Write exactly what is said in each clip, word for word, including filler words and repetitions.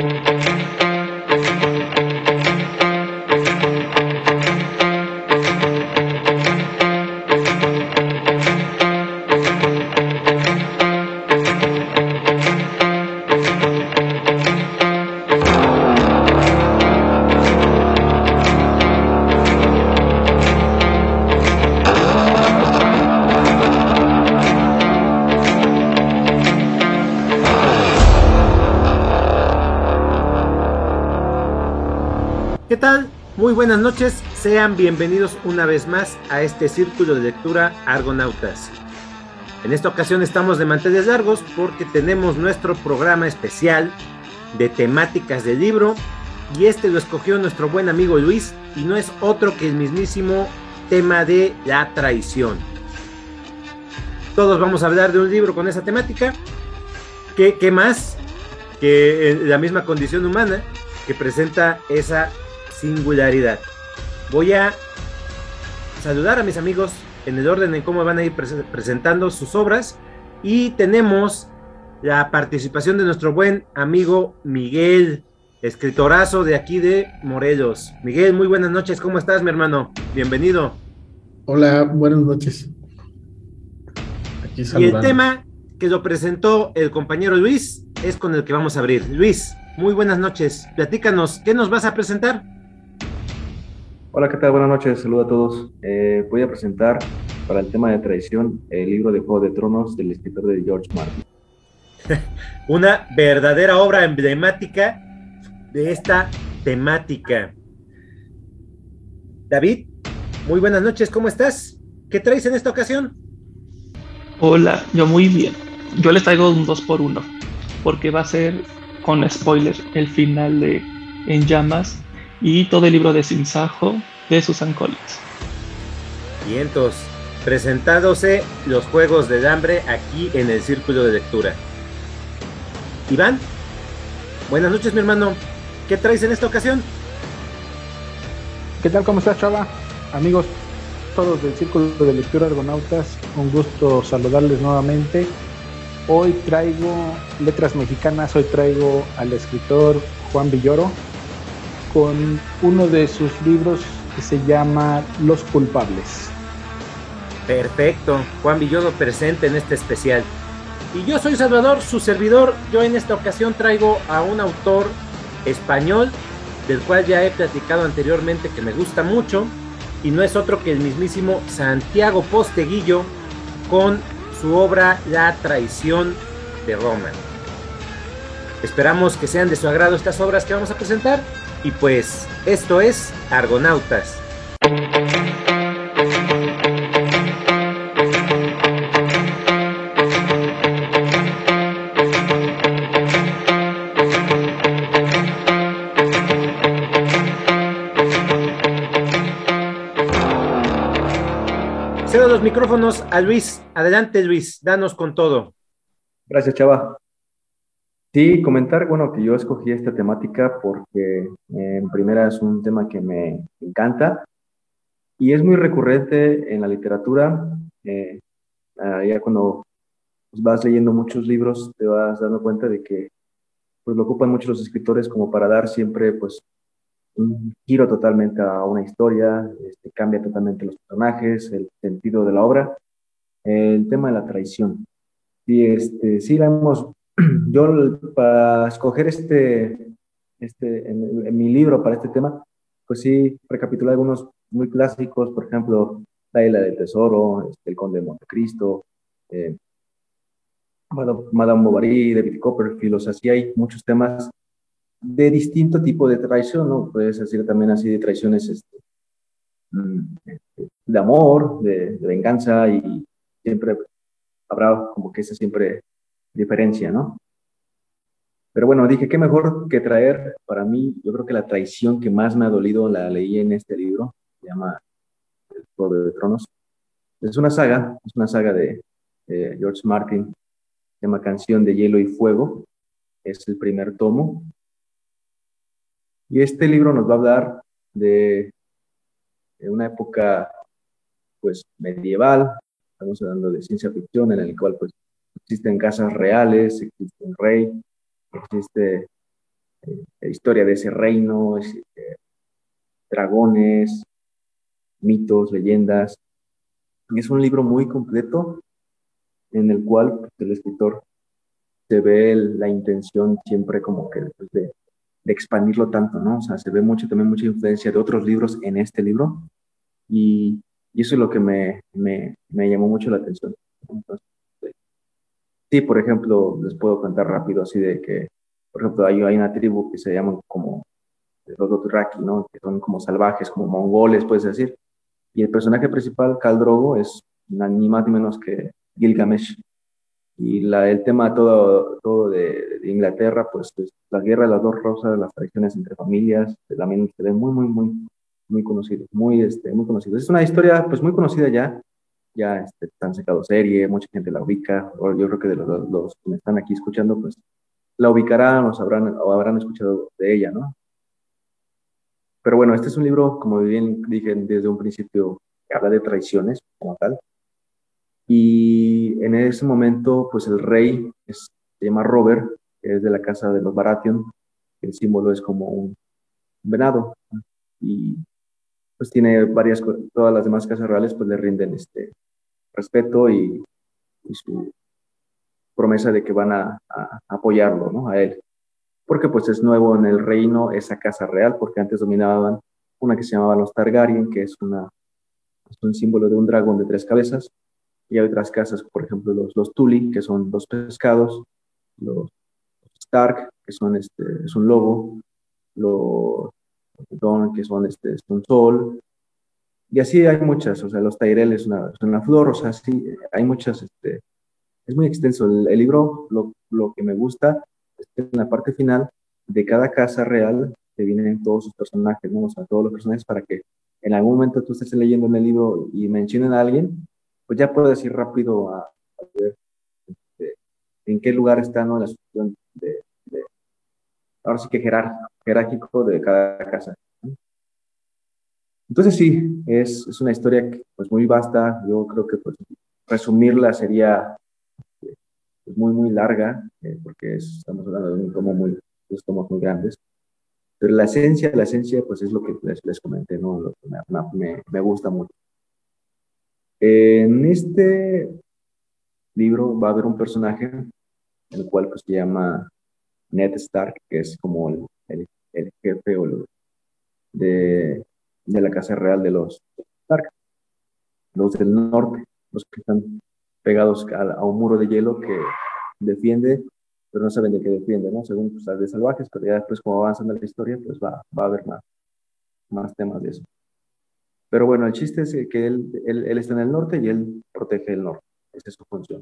¿Qué tal? Muy buenas noches, sean bienvenidos una vez más a este círculo de lectura Argonautas. En esta ocasión estamos de manteles largos porque tenemos nuestro programa especial de temáticas del libro y este lo escogió nuestro buen amigo Luis y no es otro que el mismísimo tema de la traición. Todos vamos a hablar de un libro con esa temática. ¿Qué, qué más que la misma condición humana que presenta esa singularidad? Voy a saludar a mis amigos en el orden en cómo van a ir pre- presentando sus obras y tenemos la participación de nuestro buen amigo Miguel, escritorazo de aquí de Morelos. Miguel, muy buenas noches, ¿cómo estás, mi hermano? Bienvenido. Hola, buenas noches. Aquí Y el saludando. tema que lo presentó el compañero Luis es con el que vamos a abrir. Luis, muy buenas noches. Platícanos, ¿qué nos vas a presentar? Hola, ¿qué tal? Buenas noches, saludos a todos. Eh, voy a presentar para el tema de traición el libro de Juego de Tronos del escritor de George Martin. Una verdadera obra emblemática de esta temática. David, muy buenas noches, ¿cómo estás? ¿Qué traes en esta ocasión? Hola, yo muy bien. Yo les traigo un dos por uno porque va a ser con spoiler el final de En Llamas y todo el libro de Sinsajo de Susan Collins. Vientos, presentándose los Juegos del Hambre aquí en el Círculo de Lectura. Iván, buenas noches, mi hermano. ¿Qué traes en esta ocasión? ¿Qué tal? ¿Cómo estás, Chava? Amigos, todos del Círculo de Lectura Argonautas, un gusto saludarles nuevamente. Hoy traigo letras mexicanas, hoy traigo al escritor Juan Villoro con uno de sus libros que se llama Los Culpables. Perfecto, Juan Villoro presente en este especial. Y yo soy Salvador, su servidor. Yo en esta ocasión traigo a un autor español del cual ya he platicado anteriormente que me gusta mucho y no es otro que el mismísimo Santiago Posteguillo con su obra La Traición de Roma. Esperamos que sean de su agrado estas obras que vamos a presentar y pues esto es Argonautas. Cedo los micrófonos a Luis. Adelante, Luis, danos con todo. Gracias, Chava. Sí, comentar, bueno, que yo escogí esta temática porque eh, en primera es un tema que me encanta y es muy recurrente en la literatura. Eh, ah, ya cuando pues, vas leyendo muchos libros te vas dando cuenta de que pues, lo ocupan muchos los escritores como para dar siempre pues un giro totalmente a una historia, este, cambia totalmente los personajes, el sentido de la obra. El tema de la traición. Sí, este, sí la hemos, yo para escoger este, este en, en mi libro para este tema, pues sí, recapitulé algunos muy clásicos, por ejemplo, La Isla del Tesoro, este, El Conde de Montecristo, eh, Madame, Madame Bovary, David Copperfield, o sea, sí hay muchos temas de distinto tipo de traición, ¿no? Puedes decir también así de traiciones este, de amor, de, de venganza y siempre habrá como que esa siempre diferencia, ¿no? Pero bueno, dije, qué mejor que traer para mí, yo creo que la traición que más me ha dolido la leí en este libro, se llama El Juego de Tronos. Es una saga, es una saga de, de George Martin, se llama Canción de Hielo y Fuego, es el primer tomo. Y este libro nos va a hablar de, de una época pues medieval, estamos hablando de ciencia ficción en el cual pues existen casas reales, existe un rey, existe la historia de ese reino, es, eh, dragones, mitos, leyendas. Es un libro muy completo en el cual pues, el escritor se ve el, la intención siempre como que pues, de, de expandirlo tanto, ¿no? O sea, se ve mucho, también mucha influencia de otros libros en este libro y, y eso es lo que me, me, me llamó mucho la atención. Entonces, sí, por ejemplo, les puedo contar rápido así de que, por ejemplo, hay, hay una tribu que se llaman como los Dothraki, ¿no? Que son como salvajes, como mongoles, puedes decir. Y el personaje principal, Khal Drogo, es ni más ni menos que Gilgamesh. Y la, el tema todo, todo de, de Inglaterra, pues es la guerra de las dos rosas, las traiciones entre familias, también se ve muy, muy, muy, muy conocido, muy, este, muy conocido. Es una historia pues muy conocida ya, ya este, han sacado serie, mucha gente la ubica, o yo creo que de los, los que me están aquí escuchando, pues la ubicarán o sabrán o habrán escuchado de ella, ¿no? Pero bueno, este es un libro, como bien dije desde un principio, que habla de traiciones como tal. Y en ese momento, pues el rey es, se llama Robert, que es de la casa de los Baratheon. El símbolo es como un venado. Y pues tiene varias, todas las demás casas reales pues le rinden este respeto y, y su promesa de que van a, a apoyarlo, ¿no? A él. Porque pues es nuevo en el reino esa casa real, porque antes dominaban una que se llamaba los Targaryen, que es, una, es un símbolo de un dragón de tres cabezas, y hay otras casas, por ejemplo, los, los Tully, que son los pescados, los Stark, que son este, es un lobo, los Don, que son este, es un sol, y así hay muchas, o sea, los Tyrell es una, es una flor, o sea, sí, hay muchas, este, es muy extenso. El, el libro, lo, lo, que me gusta es que en la parte final de cada casa real te vienen todos sus personajes, ¿no? O sea, todos los personajes para que en algún momento tú estés leyendo en el libro y mencionen a alguien, pues ya puedes ir rápido a, a ver este, en qué lugar está, ¿no? La situación de, de ahora sí que jerar, jerárquico de cada casa. ¿No? Entonces sí, es, es una historia que, pues muy vasta. Yo creo que pues, resumirla sería pues, muy, muy larga, eh, porque es, estamos hablando de un tomo muy, dos tomos muy grandes. Pero la esencia, la esencia, pues es lo que les, les comenté, ¿no? Lo que me, me, me gusta mucho. En este libro va a haber un personaje, el cual pues, se llama Ned Stark, que es como el, el, el jefe o el, de, de la casa real de los Stark, los del norte, los que están pegados a, a un muro de hielo que defiende, pero no saben de qué defiende, ¿no? Según pues, las de salvajes, pero ya después como avanzando la historia, pues va, va a haber más, más temas de eso. Pero bueno, el chiste es que él, él, él está en el norte y él protege el norte. Esa es su función.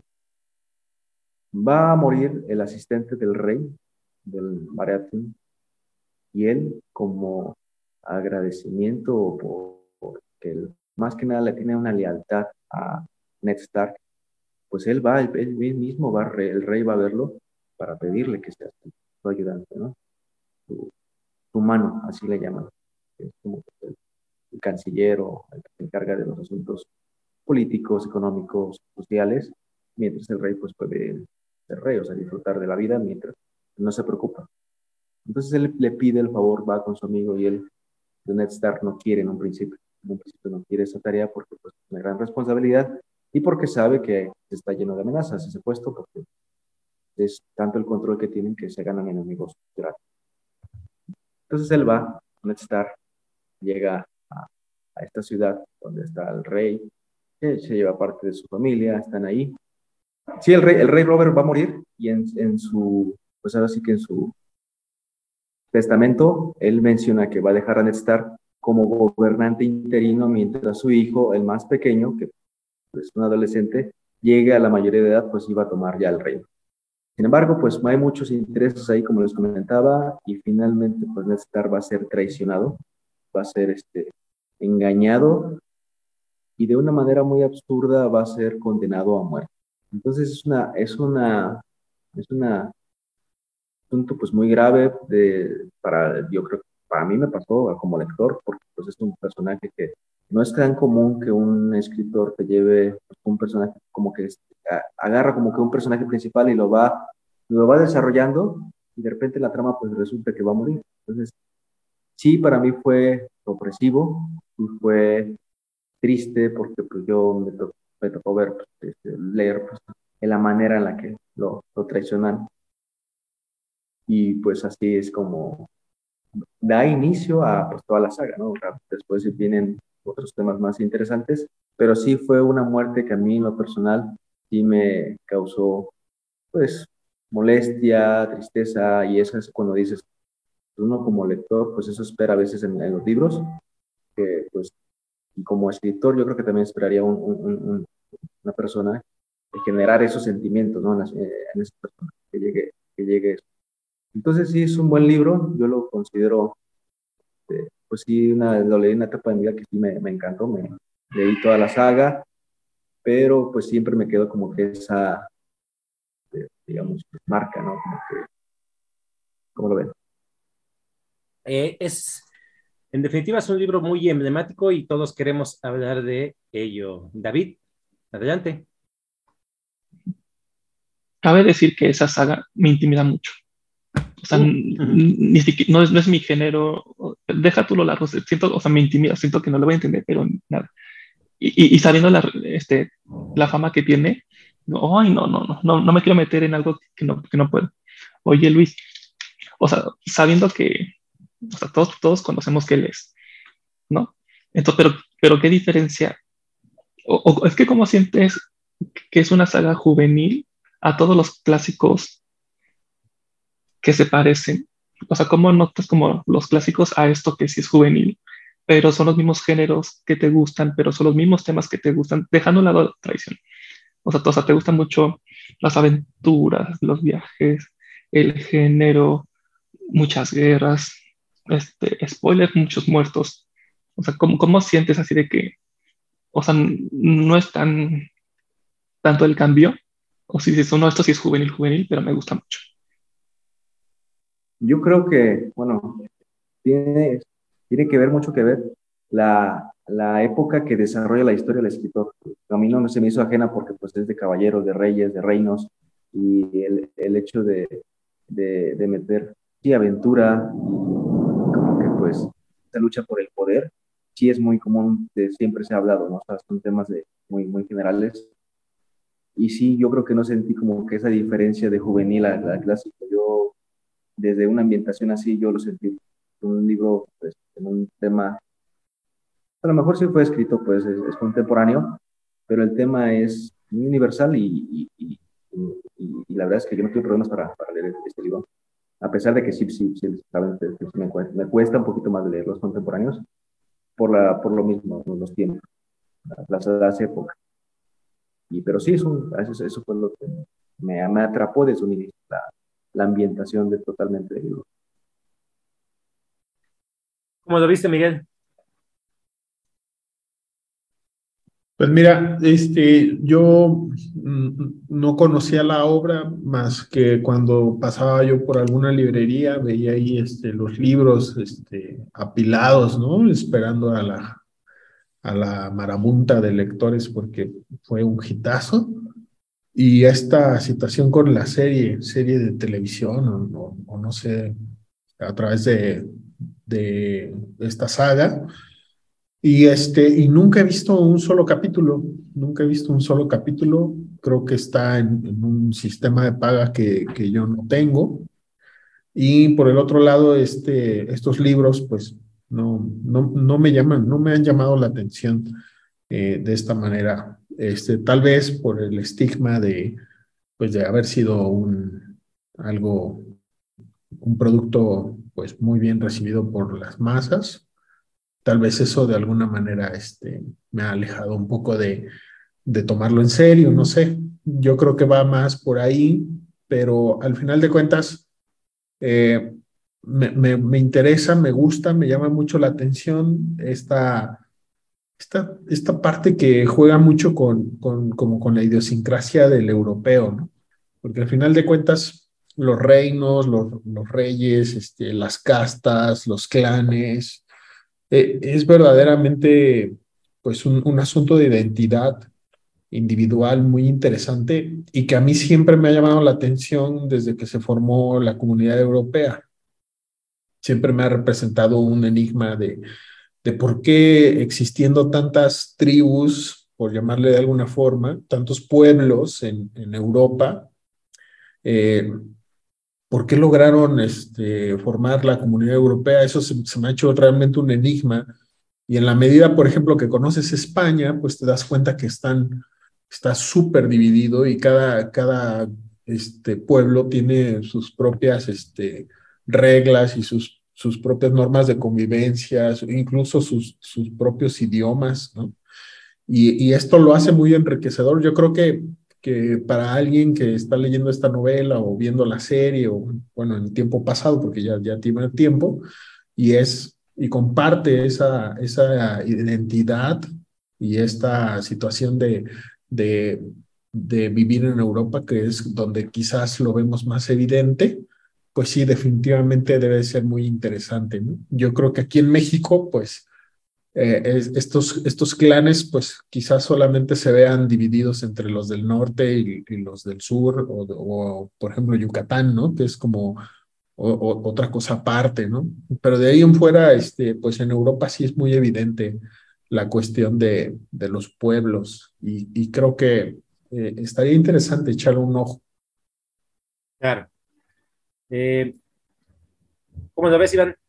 Va a morir el asistente del rey, del Baratheon, y él como agradecimiento por, por que él, más que nada le tiene una lealtad a Ned Stark, pues él va, él, él mismo va, el rey va a verlo para pedirle que sea su, su ayudante, ¿no? Su, su mano, así le llaman. Es como el, el canciller o el que se encarga de los asuntos políticos, económicos, sociales, mientras el rey pues puede ser rey, o sea, disfrutar de la vida mientras no se preocupa. Entonces él le pide el favor, va con su amigo y él, Ned Stark, no quiere en un principio, en un principio no quiere esa tarea porque pues, es una gran responsabilidad y porque sabe que está lleno de amenazas ese puesto, porque es tanto el control que tienen que se ganan enemigos gratis. Entonces él va, Ned Stark, llega a, a esta ciudad donde está el rey, que se lleva parte de su familia, están ahí. Sí, el rey, el rey Robert va a morir y en, en su, pues ahora sí que en su testamento, él menciona que va a dejar a Ned Stark como gobernante interino mientras su hijo, el más pequeño, que es un adolescente, llegue a la mayoría de edad, pues iba a tomar ya el reino. Sin embargo, pues hay muchos intereses ahí, como les comentaba, y finalmente, pues Ned Stark va a ser traicionado, va a ser este, engañado y de una manera muy absurda va a ser condenado a muerte. Entonces es una, es una, es una asunto pues muy grave de, para, yo creo que para mí me pasó como lector, porque pues es un personaje que no es tan común que un escritor te lleve pues, un personaje como que agarra como que un personaje principal y lo va, lo va desarrollando y de repente la trama pues resulta que va a morir. Entonces, sí, para mí fue opresivo y fue triste porque pues yo me, to me tocó ver, pues, este, leer pues, en la manera en la que lo, lo traicionan y pues así es como da inicio a pues, toda la saga, ¿no? O sea, después vienen otros temas más interesantes, pero sí fue una muerte que a mí en lo personal sí me causó pues molestia, tristeza, y eso es cuando dices, uno como lector, pues eso espera a veces en, en los libros, que pues y como escritor yo creo que también esperaría un, un, un, una persona de generar esos sentimientos, ¿no? En, las, eh, en esa persona, que llegue, que llegue eso. Entonces sí es un buen libro, yo lo considero, eh, pues sí, una, lo leí en una etapa de mi vida que sí me, me encantó, me leí toda la saga, pero pues siempre me quedó como que esa, eh, digamos, marca, ¿no? Como que, ¿cómo lo ven? Eh, es, en definitiva, es un libro muy emblemático y todos queremos hablar de ello. David, adelante. Cabe decir que esa saga me intimida mucho. O sea, Uh, n- uh -huh. ni siquiera, no es, no es mi género. Deja tú lo largo. Siento, o sea, me intimida. Siento que no lo voy a entender, pero nada. Y, y, y sabiendo la, este, la fama que tiene, no, ay, no, no, no, no, no me quiero meter en algo que no, que no puedo. Oye, Luis, o sea, sabiendo que, o sea, todos, todos conocemos que él es, ¿no? Entonces, pero, pero ¿qué diferencia? O, o es que cómo sientes que es una saga juvenil a todos los clásicos que se parecen. O sea, ¿cómo notas como los clásicos a esto que sí es juvenil, pero son los mismos géneros que te gustan, pero son los mismos temas que te gustan, dejando a un lado la tradición? O sea, o sea, te gustan mucho las aventuras, los viajes, el género, muchas guerras, este, spoiler, muchos muertos. O sea, ¿cómo, cómo sientes así de que, o sea, no es tan tanto el cambio? O si dices, no, esto sí es juvenil, juvenil, pero me gusta mucho. Yo creo que, bueno, tiene, tiene que ver mucho que ver la, la época que desarrolla la historia del escritor. A mí no se me hizo ajena porque pues es de caballeros, de reyes, de reinos, y el, el hecho de, de, de meter, sí, aventura, y como que pues esta lucha por el poder, sí es muy común, de, siempre se ha hablado, ¿no? O sea, son temas de, muy, muy generales, y sí, yo creo que no sentí como que esa diferencia de juvenil a la clásica. Yo desde una ambientación así, yo lo sentí un libro, pues, en un tema, a lo mejor sí fue escrito, pues, es, es contemporáneo, pero el tema es muy universal y, y, y, y, y la verdad es que yo no tuve problemas para, para leer este libro, a pesar de que sí, sí, sí, saben, me, cuesta, me cuesta un poquito más de leer los contemporáneos, por, la, por lo mismo, los tiempos, las, las épocas. Y, pero sí, eso, eso, eso fue lo que me, me atrapó desde un inicio, la, la ambientación de totalmente del libro. ¿Cómo lo viste, Miguel? Pues mira, este, yo mm, no conocía la obra más que cuando pasaba yo por alguna librería, veía ahí este, los libros este, apilados, ¿no? Esperando a la, a la marabunta de lectores porque fue un hitazo. Y esta situación con la serie, serie de televisión o, o- o no sé, a través de, de esta saga, y, este, y nunca he visto un solo capítulo, nunca he visto un solo capítulo, creo que está en, en un sistema de paga que, que yo no tengo. Y por el otro lado, este, estos libros, pues no, no, no me llaman, no me han llamado la atención eh, de esta manera. Este, tal vez por el estigma de, pues, de haber sido un, algo, un producto pues muy bien recibido por las masas. Tal vez eso de alguna manera este, me ha alejado un poco de, de tomarlo en serio, no sé. Yo creo que va más por ahí, pero al final de cuentas eh, me, me, me interesa, me gusta, me llama mucho la atención esta, esta, esta parte que juega mucho con, con, como con la idiosincrasia del europeo, ¿no? Porque al final de cuentas los reinos, los, los reyes, este, las castas, los clanes, eh, es verdaderamente pues un, un asunto de identidad individual muy interesante y que a mí siempre me ha llamado la atención desde que se formó la Comunidad Europea. Siempre me ha representado un enigma de, de por qué existiendo tantas tribus, por llamarle de alguna forma, tantos pueblos en, en Europa, eh, ¿por qué lograron este, formar la Comunidad Europea? Eso se, se me ha hecho realmente un enigma. Y en la medida, por ejemplo, que conoces España, pues te das cuenta que están, está súper dividido y cada, cada este, pueblo tiene sus propias este, reglas y sus, sus propias normas de convivencia, incluso sus, sus propios idiomas, ¿no? Y, y esto lo hace muy enriquecedor. Yo creo que, que para alguien que está leyendo esta novela o viendo la serie, o bueno, en el tiempo pasado, porque ya, ya tiene tiempo, y es y comparte esa, esa identidad y esta situación de, de, de vivir en Europa, que es donde quizás lo vemos más evidente, pues sí, definitivamente debe ser muy interesante, ¿no? Yo creo que aquí en México, pues eh, es- estos, estos clanes, pues quizás solamente se vean divididos entre los del norte y, y los del sur, o, o, por ejemplo Yucatán, ¿no? Que es como o- o- otra cosa aparte, ¿no? Pero de ahí en fuera, este, pues en Europa sí es muy evidente la cuestión de, de los pueblos y, y creo que eh, estaría interesante echarle un ojo. Claro. Eh, ¿Cómo lo ves, Iván?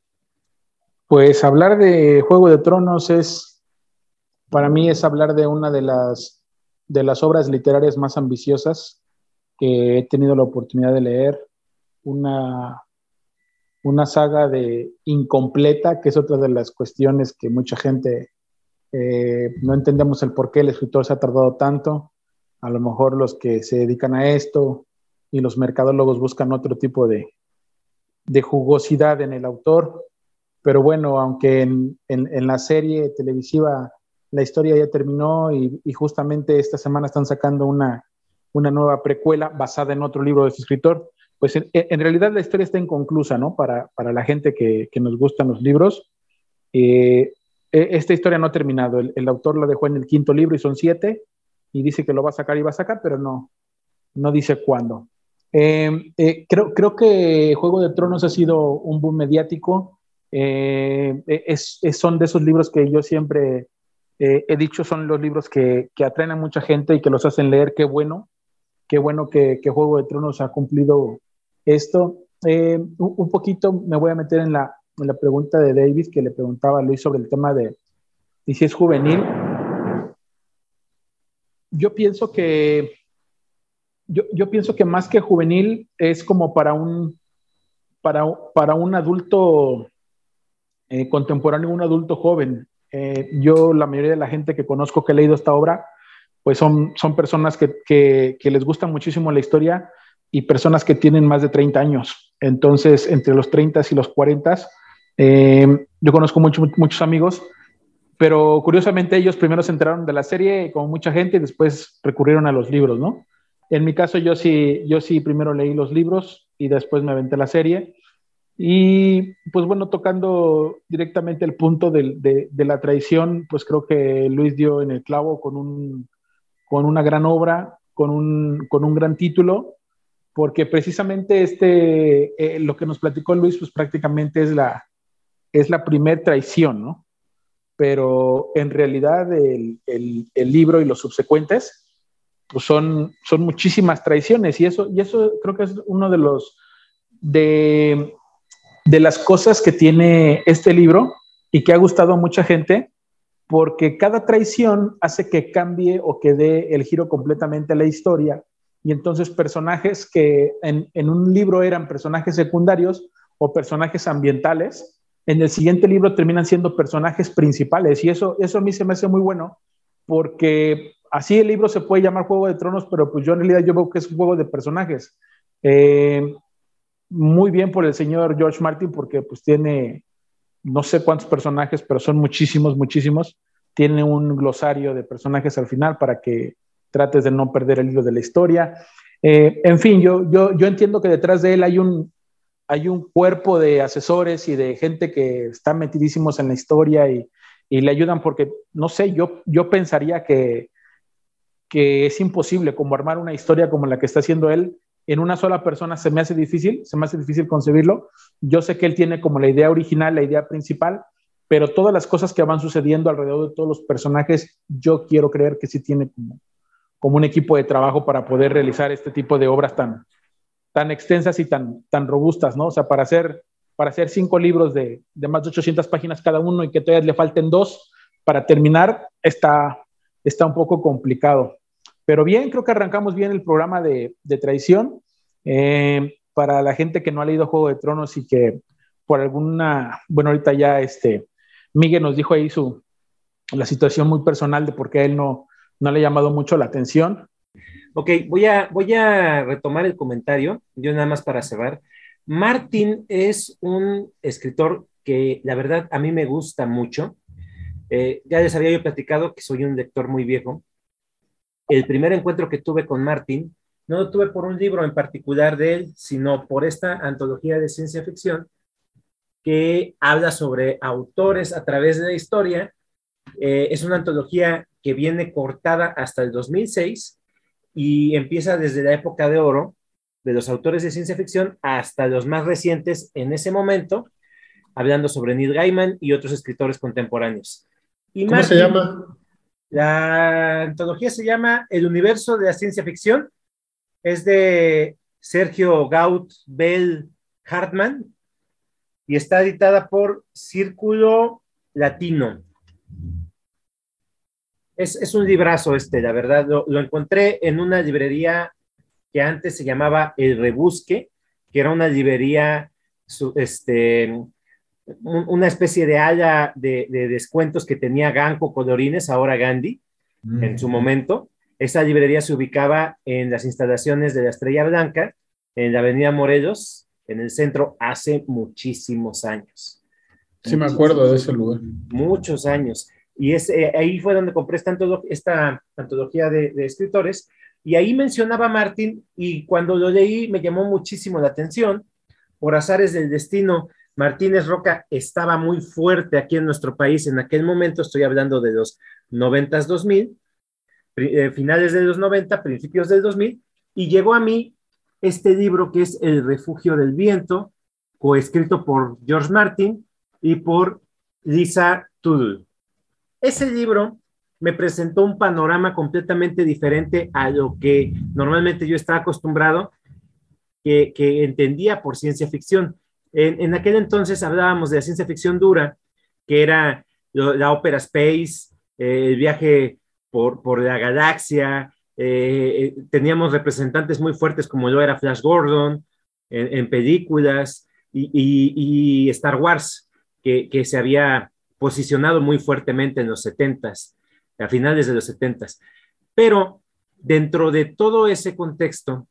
Pues hablar de Juego de Tronos es, para mí, es hablar de una de las, de las obras literarias más ambiciosas que he tenido la oportunidad de leer. Una, una saga de incompleta, que es otra de las cuestiones que mucha gente eh, no entendemos el por qué el escritor se ha tardado tanto. A lo mejor los que se dedican a esto y los mercadólogos buscan otro tipo de, de jugosidad en el autor. Pero bueno, aunque en, en, en la serie televisiva la historia ya terminó y, y justamente esta semana están sacando una, una nueva precuela basada en otro libro de su escritor, pues en, en realidad la historia está inconclusa, ¿no? Para, para la gente que, que nos gustan los libros. Eh, esta historia no ha terminado. El, el autor la dejó en el quinto libro y son siete, y dice que lo va a sacar y va a sacar, pero no, no dice cuándo. Eh, eh, creo, creo que Juego de Tronos ha sido un boom mediático. Eh, es, es, son de esos libros que yo siempre eh, he dicho son los libros que, que, atraen a mucha gente y que los hacen leer. Qué bueno, qué bueno que, que Juego de Tronos ha cumplido esto. Eh, un, un, poquito me voy a meter en la, en la pregunta de David, que le preguntaba a Luis sobre el tema de y si es juvenil. Yo pienso que Yo, yo, pienso que más que juvenil es como para un, para, para un adulto eh, contemporáneo, un adulto joven. Eh, yo, la mayoría de la gente que conozco que ha leído esta obra, pues son, son personas que, que, que les gusta muchísimo la historia y personas que tienen más de treinta años. Entonces, entre los treinta y los cuarenta, eh, yo conozco mucho, muchos amigos, pero curiosamente ellos primero se enteraron de la serie como mucha gente y después recurrieron a los libros, ¿no? En mi caso yo sí, yo sí primero leí los libros y después me aventé la serie. Y pues bueno, tocando directamente el punto de, de, de la traición, pues creo que Luis dio en el clavo con, un, con una gran obra, con un, con un gran título, porque precisamente este, eh, lo que nos platicó Luis, pues prácticamente es la, es la primer traición, ¿no? Pero en realidad el, el, el libro y los subsecuentes pues son, son muchísimas traiciones y eso, y eso creo que es uno de los de, de las cosas que tiene este libro y que ha gustado a mucha gente, porque cada traición hace que cambie o que dé el giro completamente a la historia, y entonces personajes que en, en un libro eran personajes secundarios o personajes ambientales, en el siguiente libro terminan siendo personajes principales, y eso, eso a mí se me hace muy bueno, porque así el libro se puede llamar Juego de Tronos, pero pues yo en realidad yo veo que es un juego de personajes. Eh, muy bien por el señor George Martin, porque pues tiene no sé cuántos personajes, pero son muchísimos, muchísimos. Tiene un glosario de personajes al final para que trates de no perder el hilo de la historia. Eh, en fin, yo, yo, yo entiendo que detrás de él hay un, hay un cuerpo de asesores y de gente que están metidísimos en la historia y, y le ayudan porque, no sé, yo, yo pensaría que que es imposible como armar una historia como la que está haciendo él en una sola persona. Se me hace difícil, se me hace difícil concebirlo. Yo sé que él tiene como la idea original, la idea principal, pero todas las cosas que van sucediendo alrededor de todos los personajes, yo quiero creer que sí tiene como, como un equipo de trabajo para poder realizar este tipo de obras tan, tan extensas y tan, tan robustas, ¿no? O sea, para hacer, para hacer cinco libros de, de más de ochocientas páginas cada uno y que todavía le falten dos para terminar, está, está un poco complicado. Pero bien, creo que arrancamos bien el programa de, de Traición. Eh, para la gente que no ha leído Juego de Tronos y que por alguna, bueno, ahorita ya este, Miguel nos dijo ahí su, la situación muy personal de por qué a él no, no le ha llamado mucho la atención. Ok, voy a, voy a retomar el comentario, yo nada más para cerrar. Martin es un escritor que la verdad a mí me gusta mucho. Eh, ya les había yo platicado que soy un lector muy viejo. El primer encuentro que tuve con Martin no lo tuve por un libro en particular de él, sino por esta antología de ciencia ficción que habla sobre autores a través de la historia. Eh, es una antología que viene cortada hasta el dos mil seis y empieza desde la época de oro de los autores de ciencia ficción hasta los más recientes en ese momento, hablando sobre Neil Gaiman y otros escritores contemporáneos. Y ¿Cómo Martin, se llama? La antología se llama El universo de la ciencia ficción. Es de Sergio Gaut Bell Hartman y está editada por Círculo Latino. Es, es un librazo este, la verdad. Lo, lo encontré en una librería que antes se llamaba El Rebusque, que era una librería, este, una especie de ala de, de descuentos que tenía Ganco Colorines, ahora Gandhi, mm. en su momento. Esa librería se ubicaba en las instalaciones de la Estrella Blanca, en la avenida Morelos, en el centro, hace muchísimos años. Sí, me acuerdo de ese lugar. Muchos años. Y es, eh, ahí fue donde compré esta, esta antología de, de escritores, y ahí mencionaba a Martin, y cuando lo leí me llamó muchísimo la atención. Por azares del destino, Martínez Roca estaba muy fuerte aquí en nuestro país en aquel momento. Estoy hablando de los noventas, dos mil, eh, finales de los noventa, principios del dos mil, y llegó a mí este libro que es El Refugio del Viento, coescrito por George Martin y por Lisa Tuttle. Ese libro me presentó un panorama completamente diferente a lo que normalmente yo estaba acostumbrado, que, que entendía por ciencia ficción. En, en aquel entonces hablábamos de la ciencia ficción dura, que era lo, la ópera space, eh, el viaje por, por la galaxia. Eh, teníamos representantes muy fuertes como lo era Flash Gordon en, en películas, y, y, y Star Wars, que, que se había posicionado muy fuertemente en los setentas, a finales de los setentas. Pero dentro de todo ese contexto,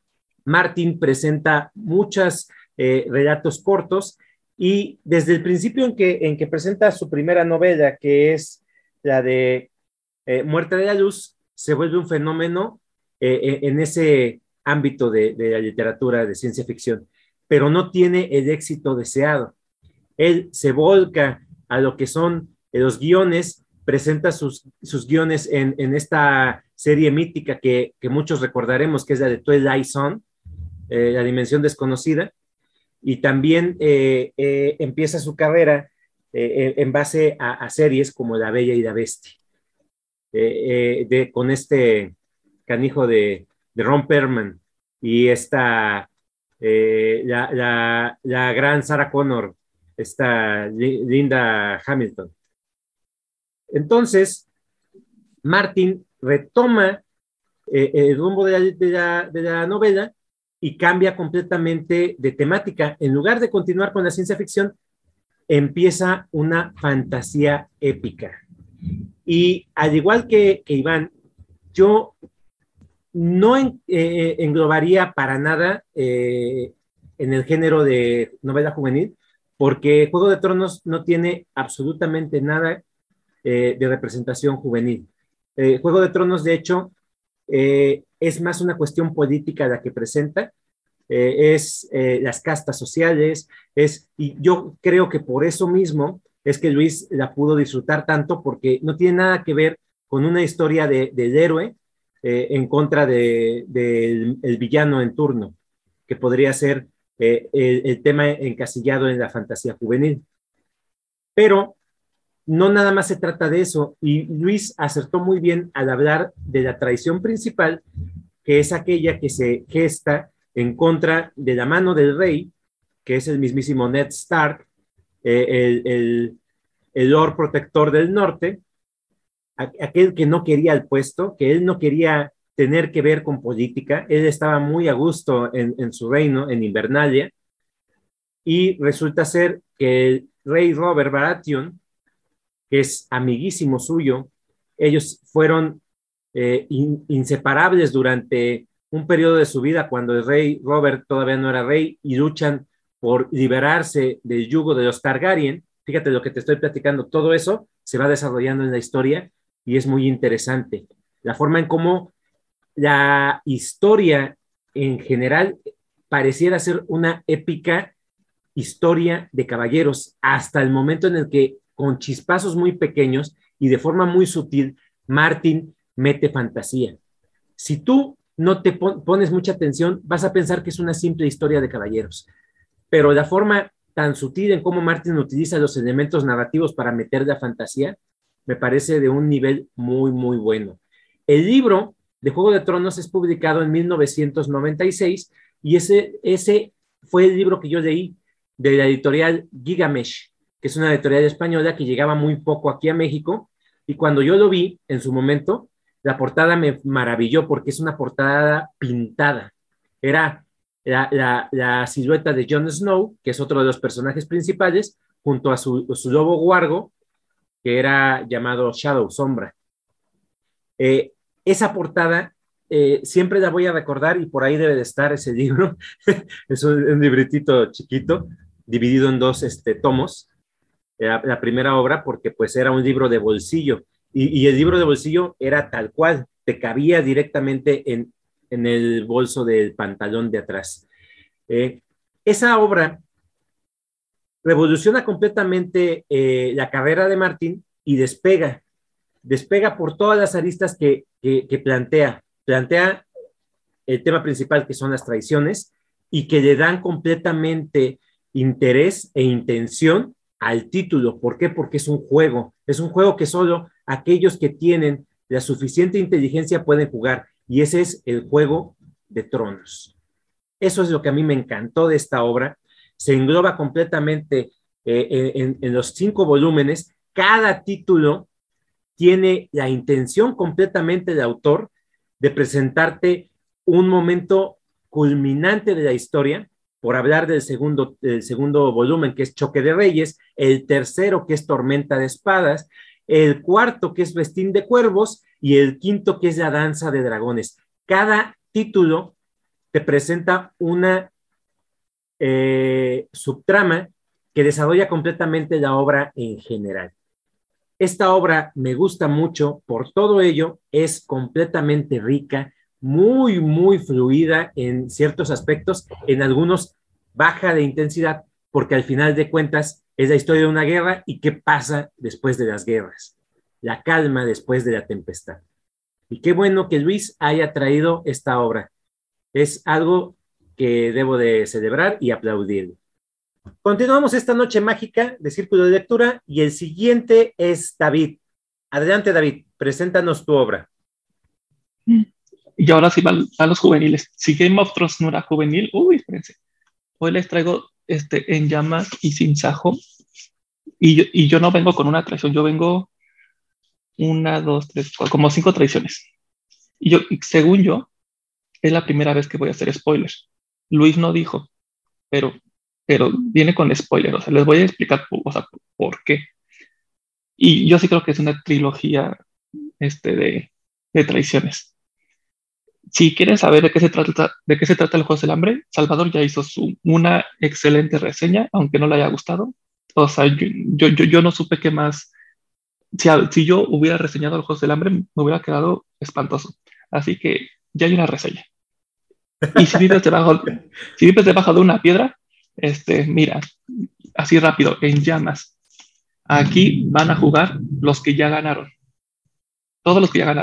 Martin presenta muchos eh, relatos cortos, y desde el principio en que, en que presenta su primera novela, que es la de eh, Muerte de la Luz, se vuelve un fenómeno eh, en ese ámbito de, de la literatura de ciencia ficción, pero no tiene el éxito deseado. Él se volca a lo que son los guiones, presenta sus, sus guiones en, en esta serie mítica que, que muchos recordaremos, que es la de Twilight Zone, eh, La Dimensión Desconocida, y también eh, eh, empieza su carrera eh, en base a, a series como La Bella y la Bestia, eh, eh, de, con este canijo de, de Ron Perlman y esta, eh, la, la, la gran Sarah Connor, esta Linda Hamilton. Entonces, Martin retoma eh, el rumbo de la, de, la, de la novela y cambia completamente de temática. En lugar de continuar con la ciencia ficción, empieza una fantasía épica. Y al igual que, que Iván, yo no en, eh, englobaría para nada eh, en el género de novela juvenil, porque Juego de Tronos no tiene absolutamente nada eh, de representación juvenil. Eh, Juego de Tronos, de hecho, eh, es más una cuestión política la que presenta, eh, es eh, las castas sociales, es, y yo creo que por eso mismo es que Luis la pudo disfrutar tanto, porque no tiene nada que ver con una historia de, del héroe, eh, en contra del de, de villano en turno, que podría ser eh, el, el tema encasillado en la fantasía juvenil. Pero no nada más se trata de eso, y Luis acertó muy bien al hablar de la traición principal, que es aquella que se gesta en contra de la mano del rey, que es el mismísimo Ned Stark, eh, el, el, el Lord Protector del Norte, aquel que no quería el puesto, que él no quería tener que ver con política, él estaba muy a gusto en, en su reino, en Invernalia, y resulta ser que el rey Robert Baratheon, que es amiguísimo suyo, ellos fueron eh, in, inseparables durante un periodo de su vida cuando el rey Robert todavía no era rey y luchan por liberarse del yugo de los Targaryen. Fíjate lo que te estoy platicando, todo eso se va desarrollando en la historia y es muy interesante. La forma en cómo la historia en general pareciera ser una épica historia de caballeros hasta el momento en el que con chispazos muy pequeños y de forma muy sutil, Martin mete fantasía. Si tú no te pon pones mucha atención, vas a pensar que es una simple historia de caballeros, pero la forma tan sutil en cómo Martin utiliza los elementos narrativos para meter la fantasía, me parece de un nivel muy, muy bueno. El libro de Juego de Tronos es publicado en mil novecientos noventa y seis y ese, ese fue el libro que yo leí de la editorial Gigamesh, que es una editorial española que llegaba muy poco aquí a México, y cuando yo lo vi en su momento, la portada me maravilló porque es una portada pintada. Era la, la, la silueta de Jon Snow, que es otro de los personajes principales, junto a su, su lobo guargo, que era llamado Shadow, Sombra. Eh, esa portada eh, siempre la voy a recordar y por ahí debe de estar ese libro. Es un, un libretito chiquito, dividido en dos este, tomos. La, la primera obra porque pues era un libro de bolsillo y, y el libro de bolsillo era tal cual, te cabía directamente en, en el bolso del pantalón de atrás. Eh, esa obra revoluciona completamente eh, la carrera de Martin y despega, despega por todas las aristas que, que, que plantea, plantea el tema principal que son las traiciones y que le dan completamente interés e intención al título. ¿Por qué? Porque es un juego, es un juego que solo aquellos que tienen la suficiente inteligencia pueden jugar, y ese es el Juego de Tronos. Eso es lo que a mí me encantó de esta obra. Se engloba completamente eh, en, en los cinco volúmenes. Cada título tiene la intención completamente del autor de presentarte un momento culminante de la historia, por hablar del segundo, del segundo volumen, que es Choque de Reyes, el tercero, que es Tormenta de Espadas, el cuarto, que es Festín de Cuervos, y el quinto, que es La Danza de Dragones. Cada título te presenta una eh, subtrama que desarrolla completamente la obra en general. Esta obra me gusta mucho, por todo ello, es completamente rica, muy, muy fluida en ciertos aspectos, en algunos baja de intensidad, porque al final de cuentas es la historia de una guerra y qué pasa después de las guerras, la calma después de la tempestad. Y qué bueno que Luis haya traído esta obra. Es algo que debo de celebrar y aplaudir. Continuamos esta noche mágica de Círculo de Lectura y el siguiente es David. Adelante, David, preséntanos tu obra. Y ahora sí van a los juveniles. Si Game of Thrones no era juvenil, uy, espérense. Hoy les traigo este, En Llamas y Sin Sajo. Y yo, y yo no vengo con una traición, yo vengo una, dos, tres, cuatro, como cinco traiciones. Y yo, según yo, es la primera vez que voy a hacer spoilers. Luis no dijo, pero, pero viene con spoilers. O sea, les voy a explicar o sea, por qué. Y yo sí creo que es una trilogía este, de, de traiciones. Si quieren saber de qué se trata, de qué se trata el Juegos del Hambre, Salvador ya hizo su, una excelente reseña, aunque no le haya gustado. O sea, yo, yo, yo, yo no supe qué más. Si, si yo hubiera reseñado los Juegos del Hambre, me hubiera quedado espantoso. Así que ya hay una reseña. Y si vives debajo, si vives debajo de una piedra, este, mira, así rápido, En Llamas. Aquí van a jugar los que ya ganaron. Todos los que ya ganaron.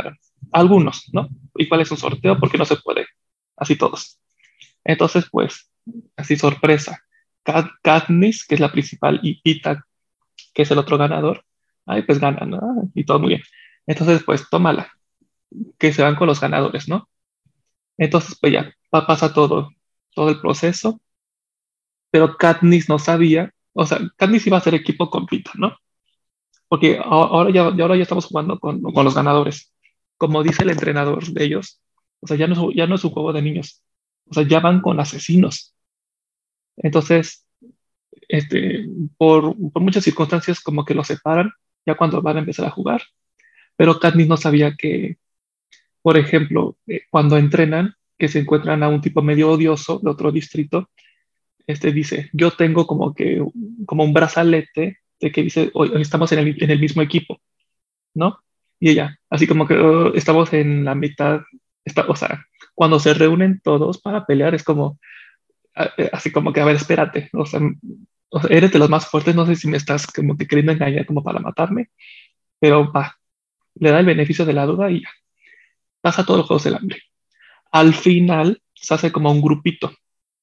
algunos, ¿no? Igual es un sorteo porque no se puede, así todos. Entonces, pues, así sorpresa. Kat- Katniss, que es la principal, y Pita, que es el otro ganador, ay, pues ganan, ¿no? Y todo muy bien. Entonces, pues, tómala, que se van con los ganadores, ¿no? Entonces, pues ya pa- pasa todo, todo el proceso, pero Katniss no sabía, o sea, Katniss iba a ser equipo con Pita, ¿no? Porque a- ahora ya, ya ahora ya estamos jugando con, con los ganadores. Como dice el entrenador de ellos, o sea, ya no, es- ya no es un juego de niños, o sea, ya van con asesinos. Entonces, este, por, por muchas circunstancias como que los separan ya cuando van a empezar a jugar, pero Katniss no sabía que, por ejemplo, eh, cuando entrenan, que se encuentran a un tipo medio odioso de otro distrito, este dice, yo tengo como que, como un brazalete de que dice, hoy, hoy estamos en el, en el mismo equipo, ¿no? Y ella, así como que "Oh, estamos en la mitad, está, o sea, cuando se reúnen todos para pelear es como, a- eh, así como que, a ver, espérate, o sea, m- o sea, eres de los más fuertes, no sé si me estás como que queriendo engañar como para matarme, pero va, le da el beneficio de la duda y ya, pasa todos los juegos del hambre. Al final se hace como un grupito,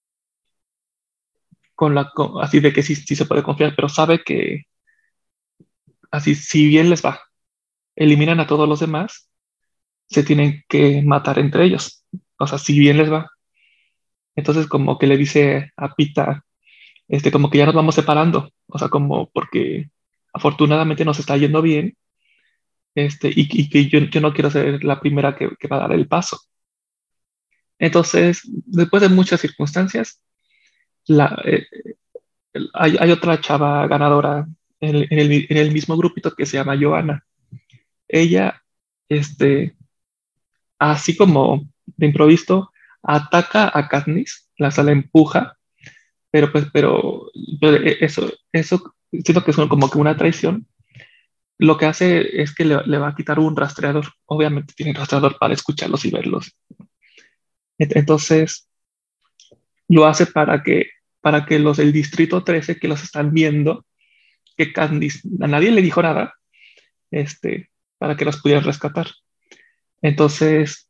con la, con- así de que sí, sí se puede confiar, pero sabe que así, si bien les va, eliminan a todos los demás, se tienen que matar entre ellos. O sea, si bien les va. Entonces, como que le dice a Pita, este, como que ya nos vamos separando. O sea, como porque afortunadamente nos está yendo bien, este, y, y que yo, yo no quiero ser la primera que, que va a dar el paso. Entonces, después de muchas circunstancias, la, eh, el- hay, hay otra chava ganadora en el, en el, en el mismo grupito que se llama Johanna. Ella, este, así como de improviso, ataca a Katniss, la sala empuja, pero pues, pero, pero eso, eso siento que es como que una traición. Lo que hace es que le, le va a quitar un rastreador. Obviamente tiene rastreador para escucharlos y verlos. Ent- Entonces, lo hace para que, para que los del Distrito trece que los están viendo, que Katniss, a nadie le dijo nada, este, para que los pudieran rescatar. Entonces,